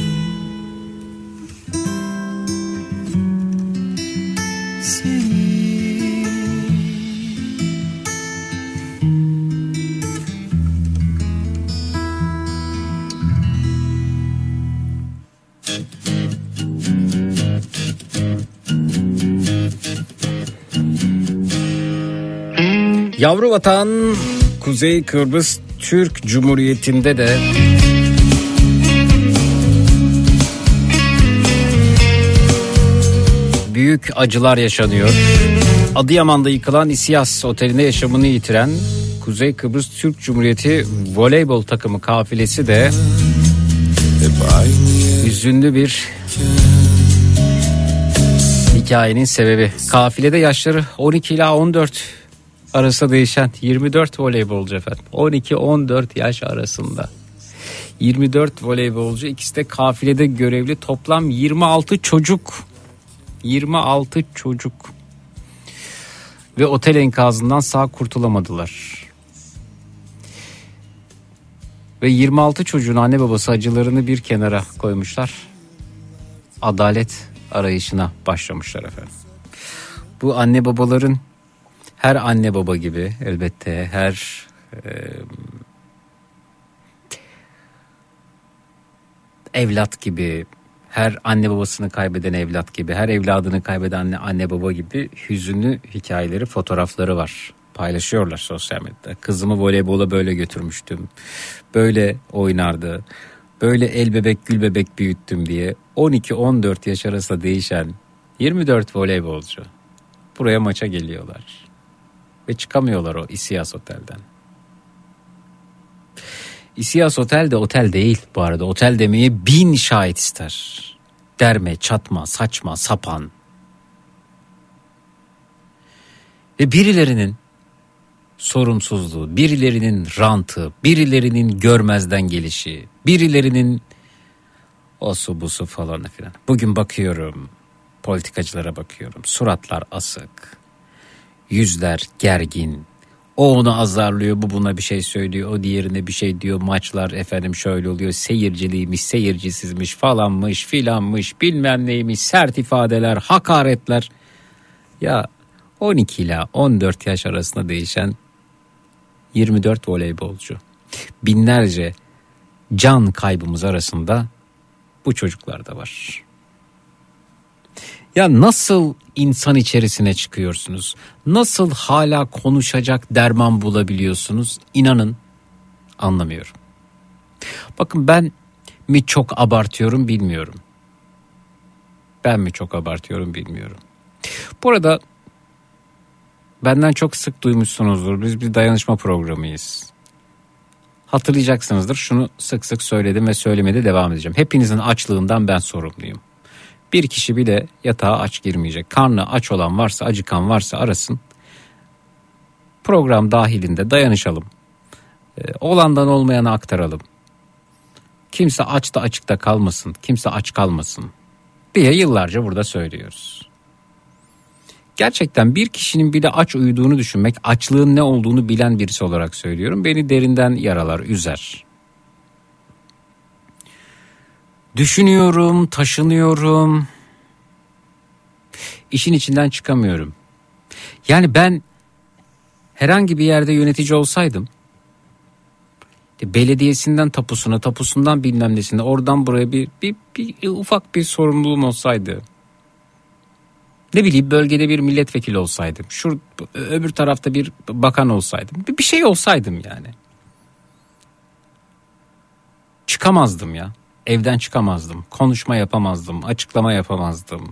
S8: Seni.
S4: Yavru vatan Kuzey Kıbrıs Türk Cumhuriyeti'nde de büyük acılar yaşanıyor. Adıyaman'da yıkılan İSİAS Oteli'nde yaşamını yitiren Kuzey Kıbrıs Türk Cumhuriyeti voleybol takımı kafilesi de hüzünlü bir hikayenin sebebi. Kafilede yaşları on iki ila on dört arasında değişen yirmi dört voleybolcu efendim. on iki on dört yaş arasında. yirmi dört voleybolcu, ikisi de kafilede görevli, toplam yirmi altı çocuk. yirmi altı çocuk. Ve otel enkazından sağ kurtulamadılar. Ve yirmi altı çocuğun anne babası acılarını bir kenara koymuşlar. Adalet arayışına başlamışlar efendim. Bu anne babaların, her anne baba gibi elbette her e, evlat gibi, her anne babasını kaybeden evlat gibi, her evladını kaybeden anne, anne baba gibi hüzünlü hikayeleri, fotoğrafları var. Paylaşıyorlar sosyal medyada. Kızımı voleybola böyle götürmüştüm. Böyle oynardı. Böyle el bebek gül bebek büyüttüm diye on iki on dört yaş arasında değişen yirmi dört voleybolcu buraya maça geliyorlar. Ve çıkamıyorlar o İSİAS Otel'den. İSİAS Otel de otel değil bu arada. Otel demeye bin şahit ister. Derme, çatma, saçma, sapan. Ve birilerinin sorumsuzluğu, birilerinin rantı, birilerinin görmezden gelişi, birilerinin osu busu falan filan. Bugün bakıyorum, politikacılara bakıyorum. Suratlar asık, yüzler gergin. O onu azarlıyor, bu buna bir şey söylüyor, o diğerine bir şey diyor. Maçlar efendim şöyle oluyor, seyirciliymiş, seyircisizmiş falanmış filanmış, bilmem neymiş, sert ifadeler, hakaretler. Ya on iki ile on dört yaş arasında değişen yirmi dört voleybolcu. Binlerce can kaybımız arasında bu çocuklar da var. Ya nasıl insan içerisine çıkıyorsunuz? Nasıl hala konuşacak derman bulabiliyorsunuz? İnanın anlamıyorum. Bakın ben mi çok abartıyorum bilmiyorum. Ben mi çok abartıyorum bilmiyorum. Bu arada benden çok sık duymuşsunuzdur. Biz bir dayanışma programıyız. Hatırlayacaksınızdır. Şunu sık sık söyledim ve söylemeye de devam edeceğim. Hepinizin açlığından ben sorumluyum. Bir kişi bile yatağa aç girmeyecek. Karnı aç olan varsa, acıkan varsa arasın. Program dahilinde dayanışalım. Ee, olandan olmayana aktaralım. Kimse aç da açıkta kalmasın. Kimse aç kalmasın diye yıllarca burada söylüyoruz. Gerçekten bir kişinin bile aç uyuduğunu düşünmek, açlığın ne olduğunu bilen birisi olarak söylüyorum. Beni derinden yaralar, üzer. Düşünüyorum, taşınıyorum. İşin içinden çıkamıyorum. Yani ben herhangi bir yerde yönetici olsaydım, belediyesinden tapusuna, tapusundan bilmem nesine, oradan buraya bir, bir, bir ufak bir sorumluluğum olsaydı, ne bileyim bölgede bir milletvekili olsaydım, şu öbür tarafta bir bakan olsaydım, bir, bir şey olsaydım yani. Çıkamazdım ya. Evden çıkamazdım. Konuşma yapamazdım. Açıklama yapamazdım.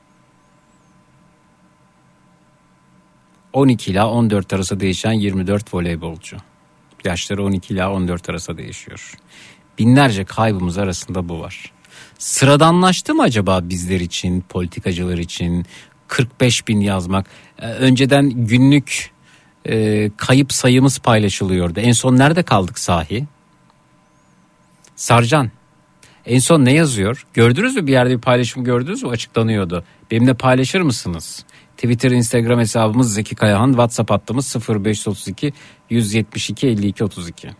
S4: on iki ila on dört arası değişen yirmi dört voleybolcu. Yaşları on iki ila on dört arası değişiyor. Binlerce kaybımız arasında bu var. Sıradanlaştı mı acaba bizler için, politikacılar için kırk beş bin yazmak? Ee, önceden günlük e, kayıp sayımız paylaşılıyordu. En son nerede kaldık sahi? Sarcan, en son ne yazıyor? Gördünüz mü, bir yerde bir paylaşım gördünüz mü? Açıklanıyordu. Benimle paylaşır mısınız? Twitter, Instagram hesabımız Zeki Kayahan, WhatsApp hattımız sıfır beş otuz iki yüz yetmiş iki elli iki otuz iki.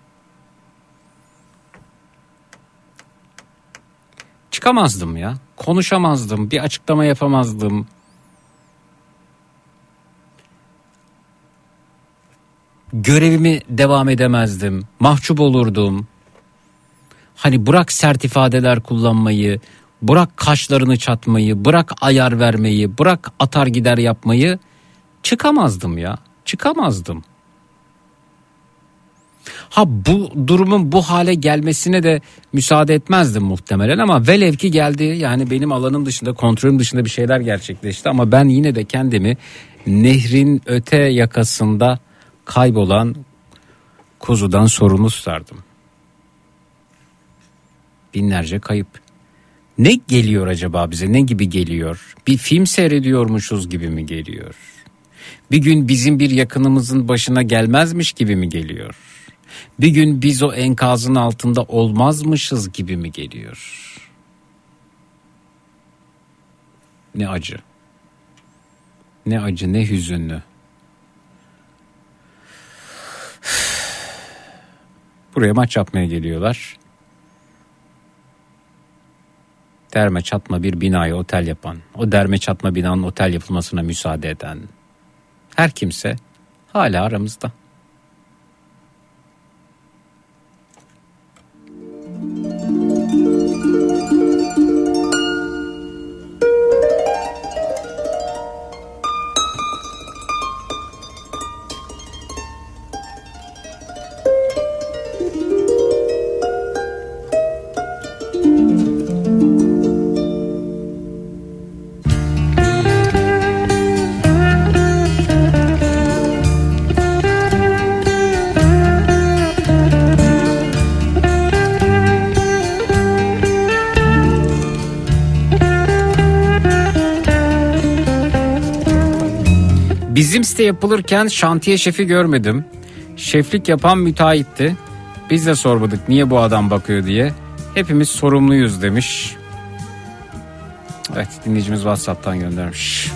S4: Çıkamazdım ya. Konuşamazdım. Bir açıklama yapamazdım. Görevimi devam edemezdim. Mahcup olurdum. Hani bırak sert ifadeler kullanmayı, bırak kaşlarını çatmayı, bırak ayar vermeyi, bırak atar gider yapmayı, çıkamazdım ya. Çıkamazdım. Ha, bu durumun bu hale gelmesine de müsaade etmezdim muhtemelen ama velev ki geldi. Yani benim alanım dışında, kontrolüm dışında bir şeyler gerçekleşti ama ben yine de kendimi nehrin öte yakasında kaybolan kuzudan sorumlu tutardım. Binlerce kayıp. Ne geliyor acaba bize? Ne gibi geliyor? Bir film seyrediyormuşuz gibi mi geliyor? Bir gün bizim bir yakınımızın başına gelmezmiş gibi mi geliyor? Bir gün biz o enkazın altında olmazmışız gibi mi geliyor? Ne acı. Ne acı, ne hüzünlü. Buraya maç yapmaya geliyorlar. Derme çatma bir binayı otel yapan, o derme çatma binanın otel yapılmasına müsaade eden her kimse hala aramızda. Bizim site yapılırken şantiye şefi görmedim. Şeflik yapan müteahhitti. Biz de sormadık niye bu adam bakıyor diye. Hepimiz sorumluyuz demiş. Evet, dinleyicimiz WhatsApp'tan göndermiş.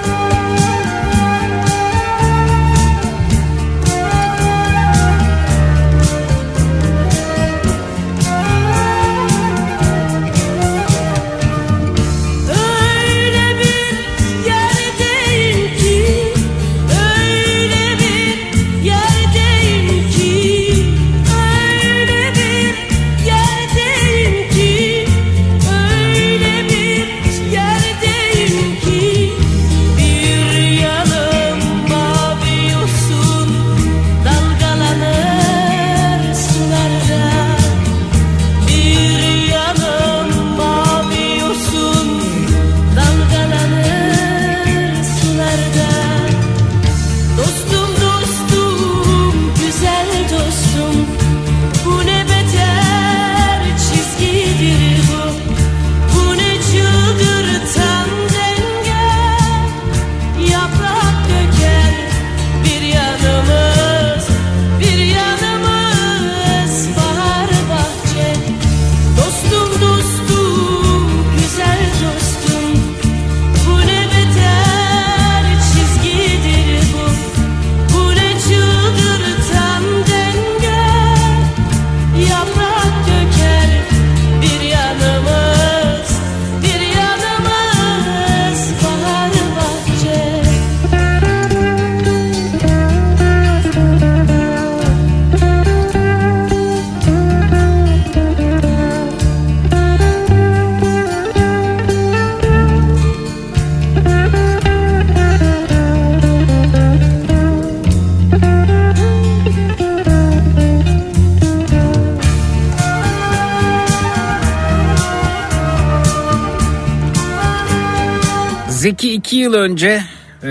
S4: Zeki iki yıl önce e,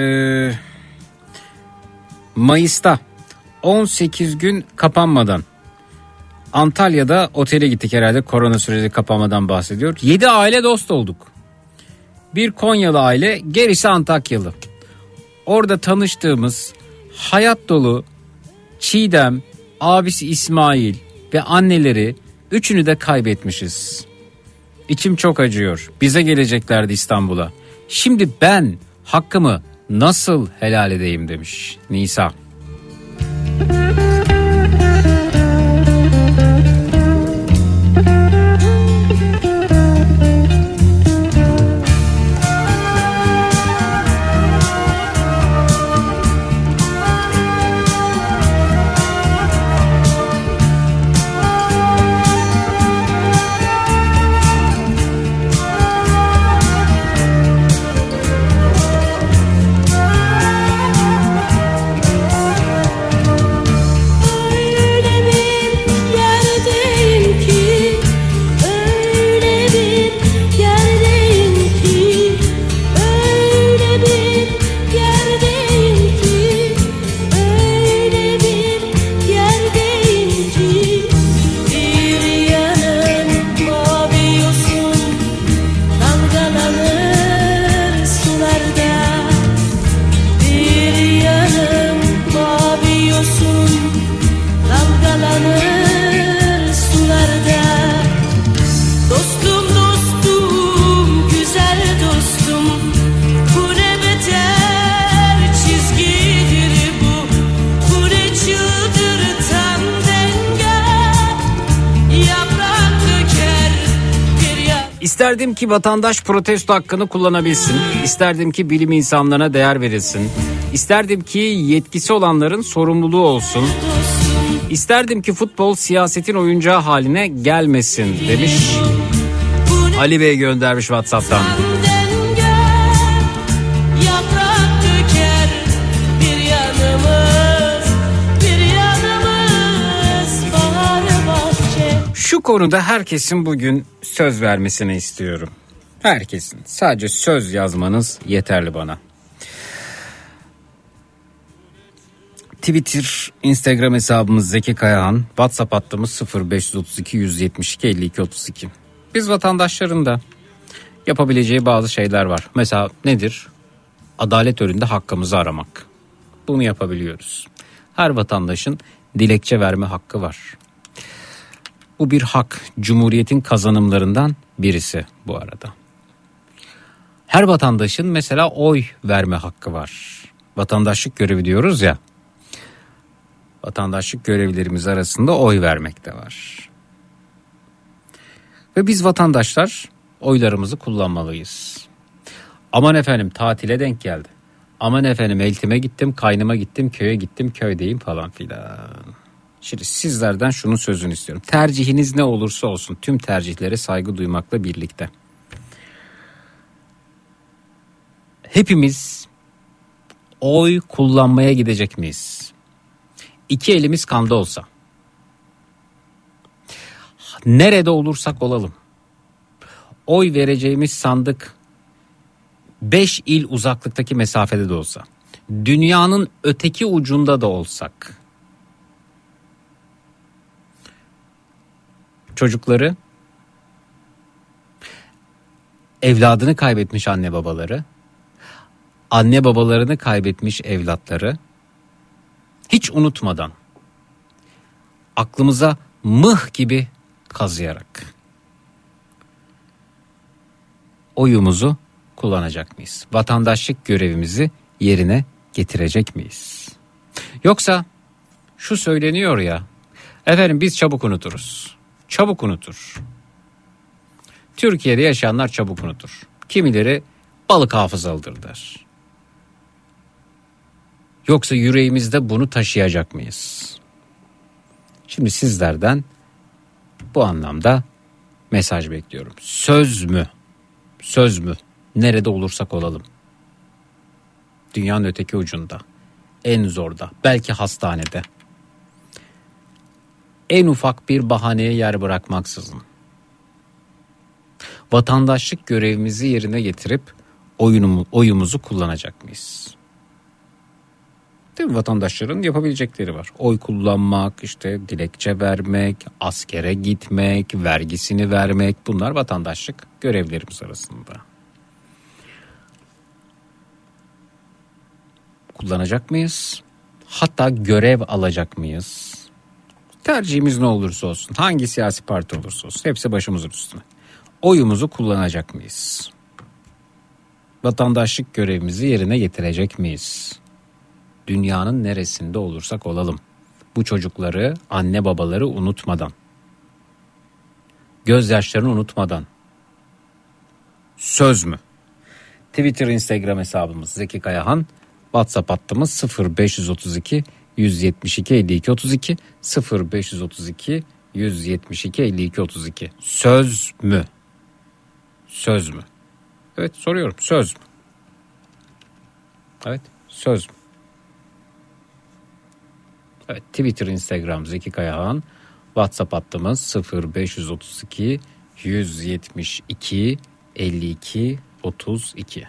S4: Mayıs'ta on sekiz gün kapanmadan Antalya'da otele gittik, herhalde korona süreci kapanmadan bahsediyor. yedi aile dost olduk. Bir Konyalı aile, gerisi Antakyalı. Orada tanıştığımız hayat dolu Çiğdem, abisi İsmail ve anneleri, üçünü de kaybetmişiz. İçim çok acıyor. Bize geleceklerdi İstanbul'a. Şimdi ben hakkımı nasıl helal edeyim demiş Nisa. İsterdim ki vatandaş protesto hakkını kullanabilsin. İsterdim ki bilim insanlarına değer verilsin. İsterdim ki yetkisi olanların sorumluluğu olsun. İsterdim ki futbol siyasetin oyuncağı haline gelmesin demiş. Ali Bey göndermiş WhatsApp'tan. Şu konuda herkesin bugün söz vermesini istiyorum. Herkesin. Sadece söz yazmanız yeterli bana. Twitter, Instagram hesabımız Zeki Kayahan, WhatsApp hattımız sıfır beş otuz iki yüz yetmiş iki elli iki otuz iki. Biz vatandaşların da yapabileceği bazı şeyler var. Mesela nedir? Adalet önünde hakkımızı aramak. Bunu yapabiliyoruz. Her vatandaşın dilekçe verme hakkı var. Bu bir hak, Cumhuriyet'in kazanımlarından birisi bu arada. Her vatandaşın mesela oy verme hakkı var. Vatandaşlık görevi diyoruz ya. Vatandaşlık görevlerimiz arasında oy vermek de var. Ve biz vatandaşlar oylarımızı kullanmalıyız. Aman efendim tatile denk geldi. Aman efendim eltime gittim, kaynıma gittim, köye gittim, köydeyim falan filan. Şimdi sizlerden şunun sözünü istiyorum. Tercihiniz ne olursa olsun tüm tercihlere saygı duymakla birlikte. Hepimiz oy kullanmaya gidecek miyiz? İki elimiz kanda olsa. Nerede olursak olalım. Oy vereceğimiz sandık beş il uzaklıktaki mesafede de olsa. Dünyanın öteki ucunda da olsak. Çocukları, evladını kaybetmiş anne babaları, anne babalarını kaybetmiş evlatları hiç unutmadan aklımıza mıh gibi kazıyarak oyumuzu kullanacak mıyız? Vatandaşlık görevimizi yerine getirecek miyiz? Yoksa şu söyleniyor ya, efendim biz çabuk unuturuz. Çabuk unutur. Türkiye'de yaşayanlar çabuk unutur. Kimileri balık hafızalıdır der. Yoksa yüreğimizde bunu taşıyacak mıyız? Şimdi sizlerden bu anlamda mesaj bekliyorum. Söz mü? Söz mü? Nerede olursak olalım. Dünyanın öteki ucunda. En zorda. Belki hastanede. En ufak bir bahaneye yer bırakmaksızın. Vatandaşlık görevimizi yerine getirip oyunumu, oyumuzu kullanacak mıyız? Değil mi? Vatandaşların yapabilecekleri var. Oy kullanmak, işte dilekçe vermek, askere gitmek, vergisini vermek, bunlar vatandaşlık görevlerimiz arasında. Kullanacak mıyız? Hatta görev alacak mıyız? Tercihimiz ne olursa olsun, hangi siyasi parti olursa olsun, hepsi başımızın üstüne. Oyumuzu kullanacak mıyız? Vatandaşlık görevimizi yerine getirecek miyiz? Dünyanın neresinde olursak olalım. Bu çocukları, anne babaları unutmadan. Gözyaşlarını unutmadan. Söz mü? Twitter, Instagram hesabımız Zeki Kayahan. WhatsApp hattımız sıfır beş otuz iki yüz yetmiş iki elli iki otuz iki sıfır beş otuz iki yüz yetmiş iki elli iki otuz iki. Söz mü? Söz mü? Evet, soruyorum. Söz mü? Evet, söz mü? Evet, Twitter, Instagram Zeki Kayahan. WhatsApp hattımız sıfır beş otuz iki yüz yetmiş iki elli iki otuz iki.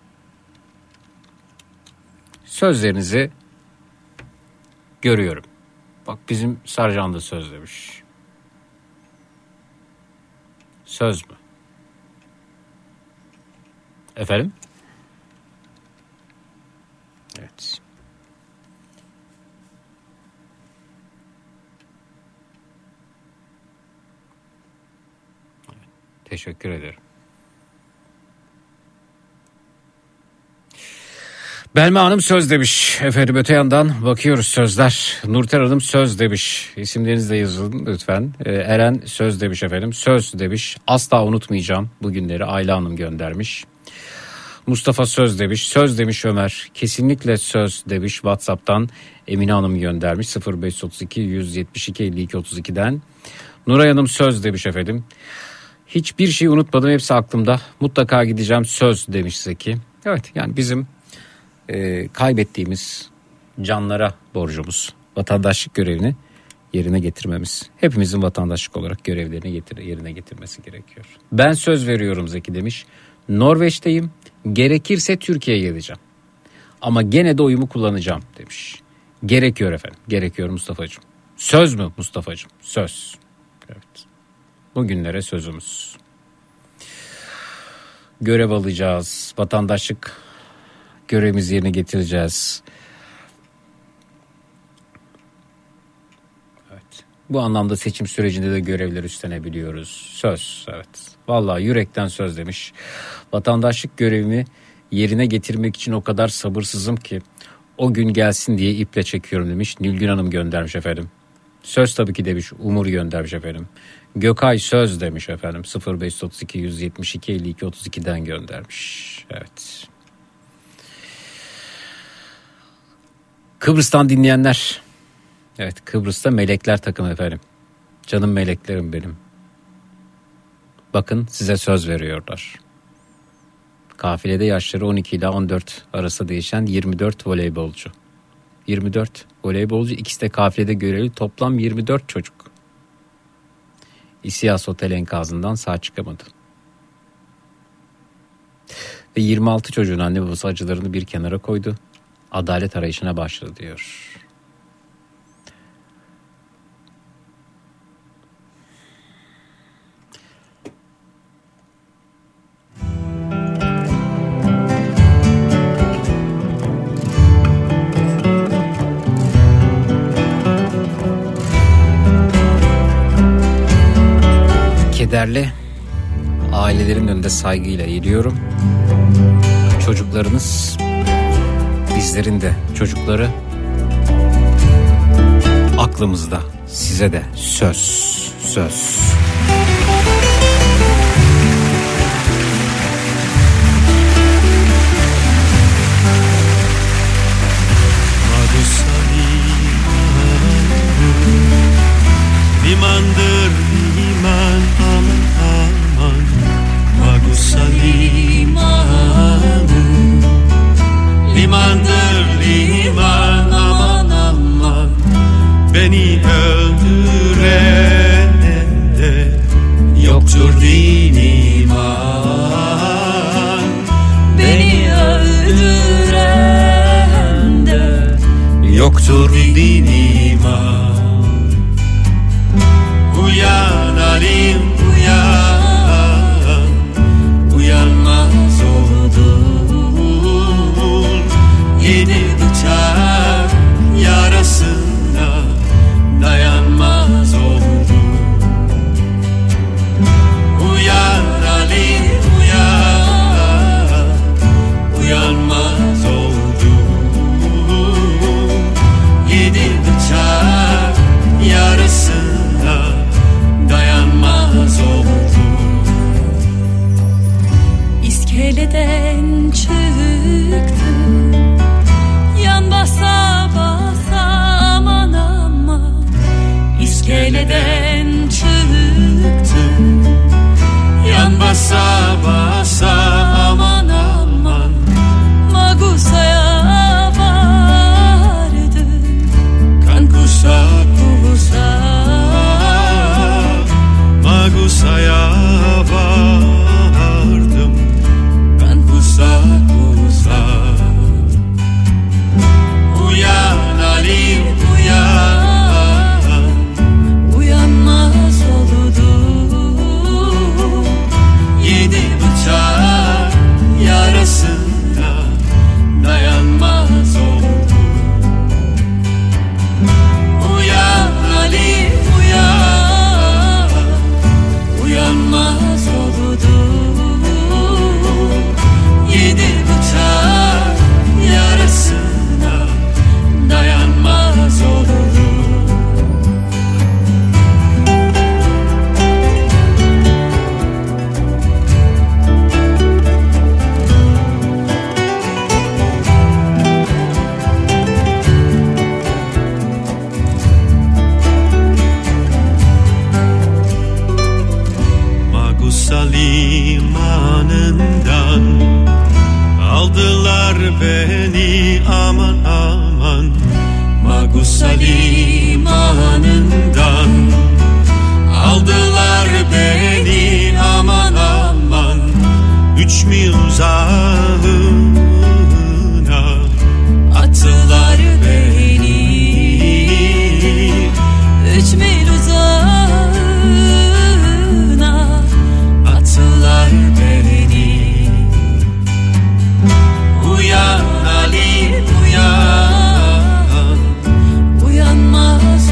S4: Sözlerinizi görüyorum. Bak bizim Sercan da söz demiş. Söz mü? Efendim? Evet. Teşekkür ederim. Belma Hanım söz demiş. Efendim öte yandan bakıyoruz sözler. Nurten Hanım söz demiş. İsimlerinizi de yazın lütfen. Ee, Eren söz demiş efendim. Söz demiş. Asla unutmayacağım bu günleri. Ayla Hanım göndermiş. Mustafa söz demiş. Söz demiş Ömer. Kesinlikle söz demiş. WhatsApp'tan Emine Hanım göndermiş. sıfır beş otuz iki yüz yetmiş iki elli iki otuz iki'den. Nuray Hanım söz demiş efendim. Hiçbir şey unutmadım, hepsi aklımda. Mutlaka gideceğim söz demiş Zeki. Evet, yani bizim e, kaybettiğimiz canlara borcumuz. Vatandaşlık görevini yerine getirmemiz. Hepimizin vatandaşlık olarak görevlerini getir, yerine getirmesi gerekiyor. Ben söz veriyorum Zeki demiş. Norveç'teyim. Gerekirse Türkiye'ye geleceğim. Ama gene de oyumu kullanacağım demiş. Gerekiyor efendim. Gerekiyor Mustafa'cığım. Söz mü Mustafa'cığım? Söz. Evet. Bugünlere sözümüz. Görev alacağız. Vatandaşlık görevimizi yerine getireceğiz. Evet. Bu anlamda seçim sürecinde de görevler üstlenebiliyoruz. Söz. Evet. Vallahi yürekten söz demiş. Vatandaşlık görevimi yerine getirmek için o kadar sabırsızım ki o gün gelsin diye iple çekiyorum demiş. Nilgün Hanım göndermiş efendim. Söz tabii ki demiş. Umur göndermiş efendim. Gökay söz demiş efendim. sıfır beş otuz iki yüz yetmiş iki elli iki otuz iki'den göndermiş. Evet. Kıbrıs'tan dinleyenler. Evet, Kıbrıs'ta melekler takımı efendim. Canım meleklerim benim. Bakın size söz veriyorlar. Kafilede yaşları on iki ile on dört arası değişen yirmi dört voleybolcu. yirmi dört voleybolcu, ikisi de kafilede görevli, toplam yirmi dört çocuk. İsiyas Otel enkazından sağ çıkamadı. Ve yirmi altı çocuğun anne babası acılarını bir kenara koydu. Adalet arayışına başladı diyor. Kederli ailelerin önünde saygıyla eğiliyorum. Çocuklarınız, bizlerin de çocukları aklımızda. Size de söz, söz.
S8: Limandır liman aman aman Magusa limanı Limandır liman aman aman Beni öldüren de yoktur din iman Beni öldüren de yoktur din iman Uyan Alim uyan, uyanmaz oldun Yedi bıçak yarasına dayanmaz oldun Uyan Alim uyan, uyanmaz oldun Yedi bıçak yarasına dayanmaz oldu.
S7: İskeleden çıktım, yan basa basa aman aman. İskeleden çıktım, yan basa basa aman aman. Magusa'ya vardım, kan kusa kusa.
S8: Magusa'ya vardım, ben kusa kusa. Uyan Alim uyan, uyanmaz oldum. Yedi bıçak imanından. Aldılar beni aman aman Magusa limanından. Aldılar beni aman aman üç mil uzağına. Attılar beni
S7: Üç mil uzağına.
S8: Attılar beni. Uyan Ali uyan,
S7: Uyanmaz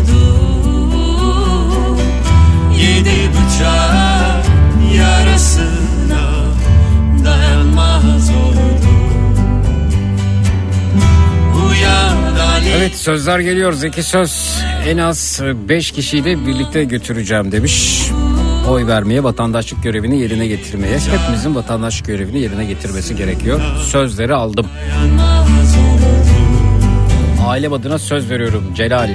S7: oldu.
S8: yedi bıçak yarasına dayanmaz oldu. Uyan Ali.
S4: Evet, sözler geliyor. Zeki Söz en az beş kişiyi de birlikte götüreceğim demiş. Oy vermeye, vatandaşlık görevini yerine getirmeye. Hepimizin vatandaşlık görevini yerine getirmesi gerekiyor. Sözleri aldım. Ailem adına söz veriyorum. Celal.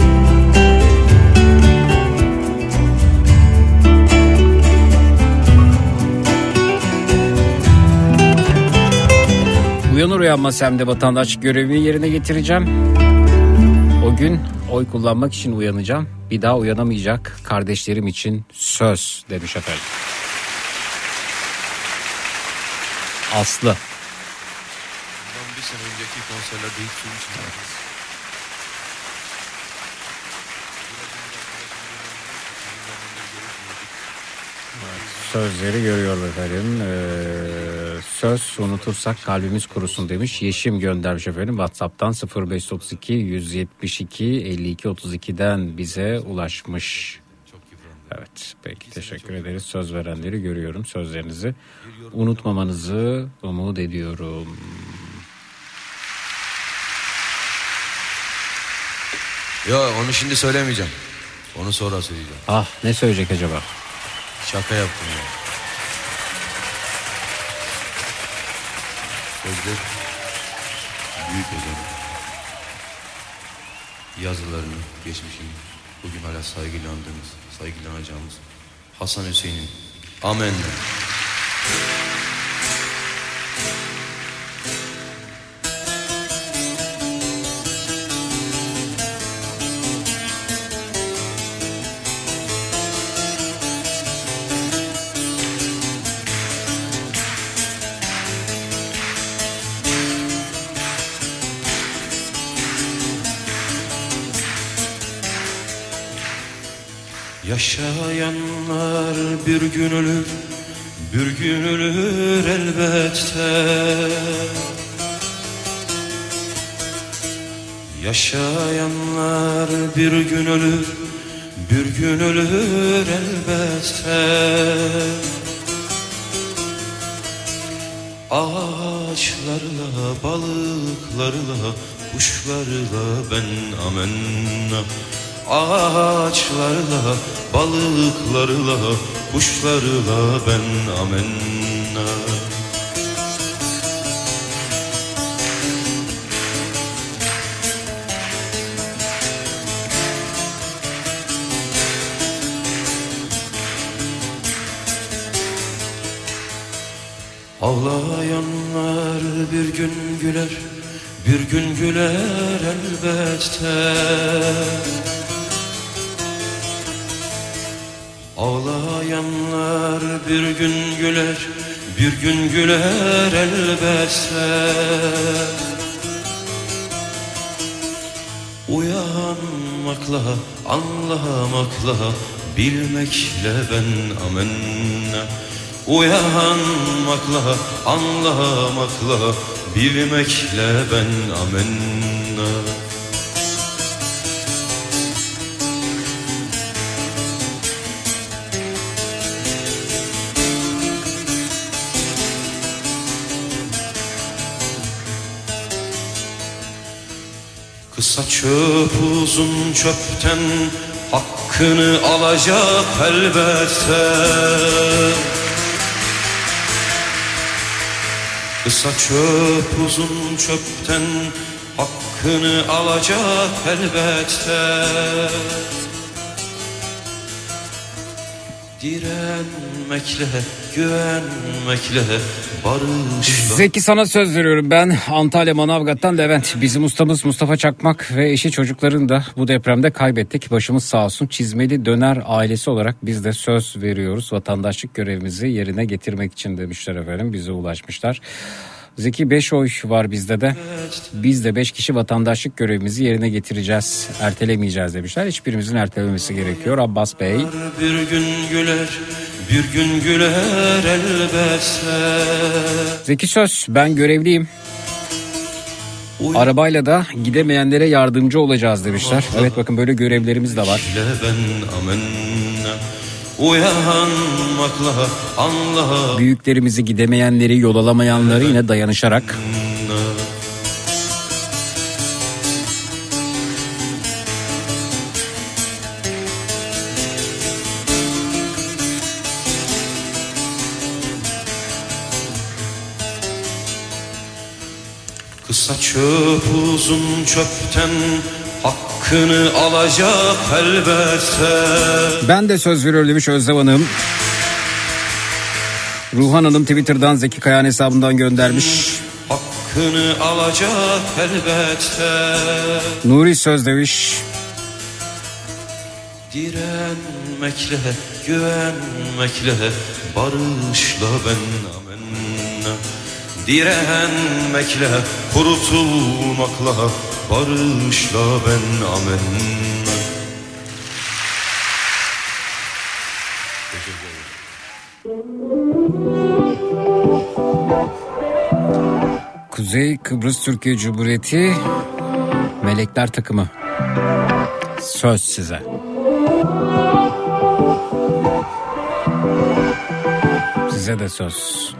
S4: Uyanır uyanmaz hem de vatandaşlık görevini yerine getireceğim. O gün oy kullanmak için uyanacağım. Bir daha uyanamayacak kardeşlerim için söz demiş efendim. Aslı.
S10: Bundan bir sene önceki konserlerde hiç suyun içindeydik.
S4: Sözleri görüyorlar efendim. Ee, söz unutursak kalbimiz kurusun demiş. Yeşim göndermiş efendim. WhatsApp'tan sıfır beş otuz iki yüz yetmiş iki elli iki otuz iki'den bize ulaşmış. Evet, peki teşekkür ederiz. Söz verenleri görüyorum. Sözlerinizi unutmamanızı umut ediyorum.
S10: Ya onu şimdi söylemeyeceğim. Onu sonra söyleyeceğim.
S4: Ah, ne söyleyecek acaba?
S10: Şaka yaptım ya. Sözler büyük özel. Yazılarını, geçmişini, bugün hala saygılandığımız, saygılanacağımız Hasan Hüseyin'in. Amen. Yaşayanlar bir gün ölür, bir gün ölür elbette. Yaşayanlar bir gün ölür, bir gün ölür elbette. Ağaçlarla, balıklarla, kuşlarla ben amenna. Ağaçlarla, balıklarla, kuşlarla ben amenna. Ağlayanlar bir gün güler, bir gün güler elbette. Ağlayanlar bir gün güler, bir gün güler elbette. Uyanmakla, anlamakla, bilmekle ben amenna. Uyanmakla, anlamakla, bilmekle ben amenna. Kısa çöp uzun çöpten hakkını alacak elbette. Kısa çöp uzun çöpten hakkını alacak elbette. Direnmekle, güvenmekle, barışla.
S4: Zeki sana söz veriyorum ben. Antalya Manavgat'tan Levent. Bizim ustamız Mustafa Çakmak ve eşi çocuklarını da bu depremde kaybettik. Başımız sağ olsun. Çizmeli Döner ailesi olarak biz de söz veriyoruz. Vatandaşlık görevimizi yerine getirmek için demişler efendim. Bize ulaşmışlar. Zeki beş oy var bizde de. Biz de beş kişi vatandaşlık görevimizi yerine getireceğiz. Ertelemeyeceğiz demişler. Hiçbirimizin ertelememesi gerekiyor. Abbas Bey.
S10: Bir gün güler, bir gün güler elbette.
S4: Zeki söz, ben görevliyim. Arabayla da gidemeyenlere yardımcı olacağız demişler. Evet, bakın böyle görevlerimiz de var.
S10: Uyanmakla anla.
S4: Büyüklerimizi, gidemeyenleri, yol alamayanları yine dayanışarak.
S10: Kısa çöp uzun çöpten hakkını alacak elbette.
S4: Ben de söz veriyorum demiş Özlem Hanım. Ruhan Hanım Twitter'dan Zeki Kayan hesabından göndermiş.
S10: Hakkını alacak elbette.
S4: Nuri söz demiş.
S10: Direnmekle, güvenmekle, barışla ben amenna. Direnmekle, kurtulmakla, barışla ben amenna.
S4: Kuzey Kıbrıs Türkiye Cumhuriyeti Melekler takımı. Söz size. Size de söz.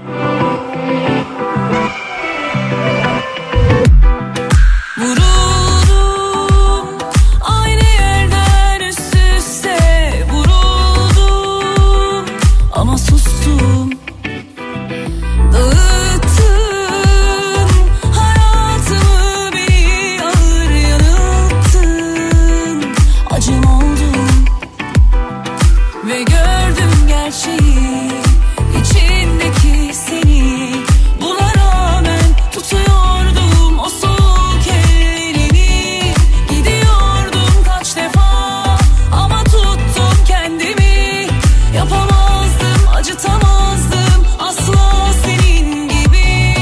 S9: Vuruldum aynı yerden üst üste, vuruldum ama sustum. Dağıttın hayatımı, beni ağır yanılttın. Acım oldum ve gördüm gerçeği, içindeki seni. Buna rağmen tutuyordum o soğuk ellerini. Gidiyordum kaç defa ama tuttum kendimi. Yapamazdım, acıtamazdım asla senin gibi.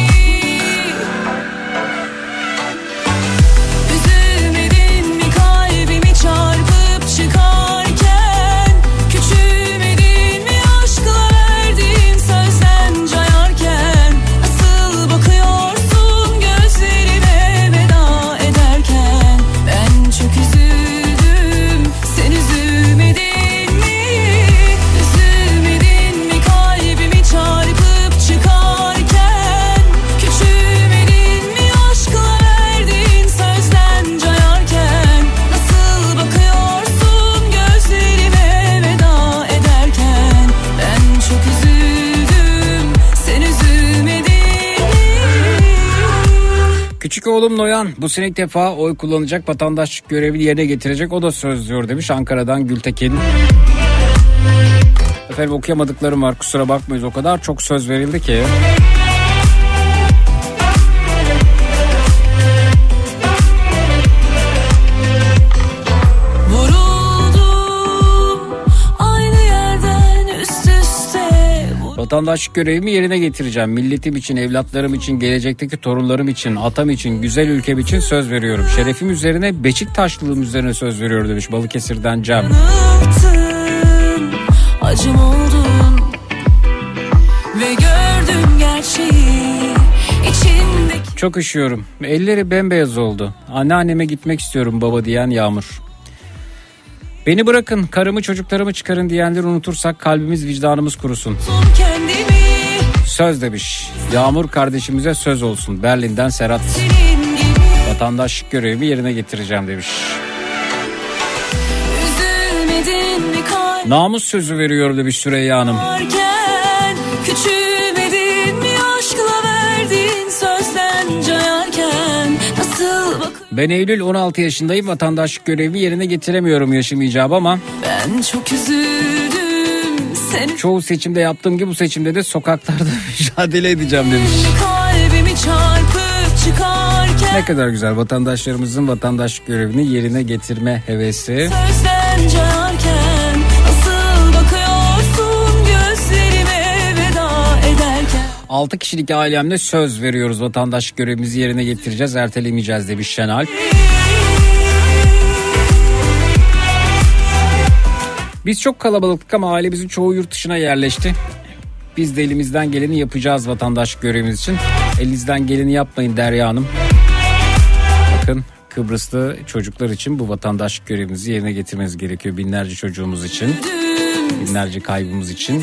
S9: Üzülmedin mi kalbimi çarpıp çıkarken? Küçülmedin mi aşkla verdiğin sözden cayarken? Nasıl bakıyorsun gözlerime veda ederken? Ben çok üzüldüm, sen üzülmedin mi? Üzülmedin mi kalbimi çarpıp çıkarken? Küçülmedin mi aşkla verdiğin sözden cayarken? Nasıl bakıyorsun gözlerime veda ederken? Ben çok üzüldüm, sen üzülmedin mi?
S4: Küçük oğlum Noyan bu sene ilk defa oy kullanacak, vatandaşlık görevini yerine getirecek. O da söz diyor demiş Ankara'dan Gültekin. Efendim okuyamadıklarım var, kusura bakmayız, o kadar çok söz verildi ki.
S9: Vuruldum aynı yerden üst üste.
S4: Vatandaşlık görevimi yerine getireceğim. Milletim için, evlatlarım için, gelecekteki torunlarım için, atam için, güzel ülkem için söz veriyorum. Şerefim üzerine, Beşiktaşlılığım üzerine söz veriyorum demiş Balıkesir'den Cem.
S9: Yanılttın, acım oldun ve gördüm gerçeği, içindeki.
S4: Çok üşüyorum. Elleri bembeyaz oldu. Anneanneme gitmek istiyorum baba diyen Yağmur. Beni bırakın, karımı çocuklarımı çıkarın diyenleri unutursak kalbimiz vicdanımız kurusun.
S9: Kendimi
S4: Söz demiş. Yağmur kardeşimize söz olsun. Berlin'den Serhat.
S9: senin gibi.
S4: Vatandaşlık görevimi yerine getireceğim demiş.
S9: Üzülmedin mi kalbim
S4: Namus sözü veriyorum demiş Süreyya Hanım.
S9: varken? Küçülmedin mi aşkla verdiğin sözden cayarken? Nasıl bakıyorsun?
S4: Ben Eylül on altı yaşındayım. Vatandaşlık görevimi yerine getiremiyorum yaşım icabı ama
S9: Ben çok üzüldüm, Senin
S4: Çoğu seçimde yaptığım gibi bu seçimde de sokaklarda mücadele edeceğim demiş.
S9: kalbimi çarpıp çıkarken
S4: Ne kadar güzel, vatandaşlarımızın vatandaşlık görevini yerine getirme hevesi.
S9: sözden cayarken nasıl bakıyorsun gözlerime veda ederken.
S4: altı kişilik ailemle söz veriyoruz, vatandaşlık görevimizi yerine getireceğiz, ertelemeyeceğiz demiş Şenal. Biz çok kalabalıktık ama ailemizin çoğu yurt dışına yerleşti. Biz de elimizden geleni yapacağız vatandaşlık görevimiz için. Elinizden geleni yapmayın Derya Hanım. Bakın, Kıbrıslı çocuklar için bu vatandaşlık görevimizi yerine getirmeniz gerekiyor. Binlerce çocuğumuz için, binlerce kaybımız için.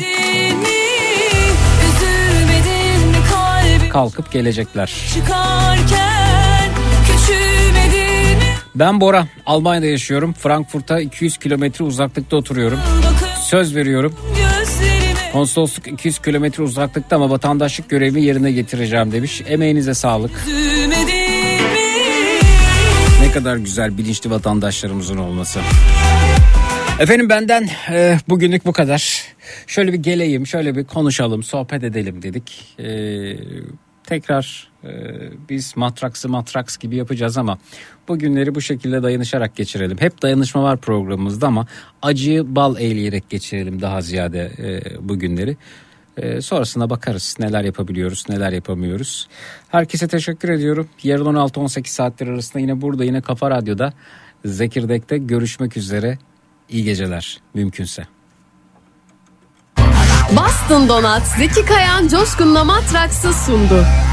S4: Kalkıp gelecekler.
S9: Çıkarken küçülmedin mi?
S4: Ben Bora, Almanya'da yaşıyorum. Frankfurt'a iki yüz kilometre uzaklıkta oturuyorum. Söz veriyorum.
S9: Gözlerime
S4: Konsolosluk iki yüz kilometre uzaklıkta ama vatandaşlık görevimi yerine getireceğim demiş. Emeğinize sağlık.
S9: üzülmedin mi?
S4: Ne kadar güzel bilinçli vatandaşlarımızın olması. Efendim benden e, bugünlük bu kadar. Şöyle bir geleyim, şöyle bir konuşalım, sohbet edelim dedik. E, tekrar e, biz matraksı matraks gibi yapacağız ama bugünleri bu şekilde dayanışarak geçirelim. Hep dayanışma var programımızda ama acıyı bal eğleyerek geçirelim daha ziyade e, bugünleri. E, sonrasına bakarız neler yapabiliyoruz, neler yapamıyoruz. Herkese teşekkür ediyorum. Yarın on altı on sekiz saatler arasında yine burada, yine Kafa Radyo'da Zekirdek'te görüşmek üzere. İyi geceler mümkünse.
S11: Boston Donat Zeki Kayan Coşkun'la Matraks'ı sundu.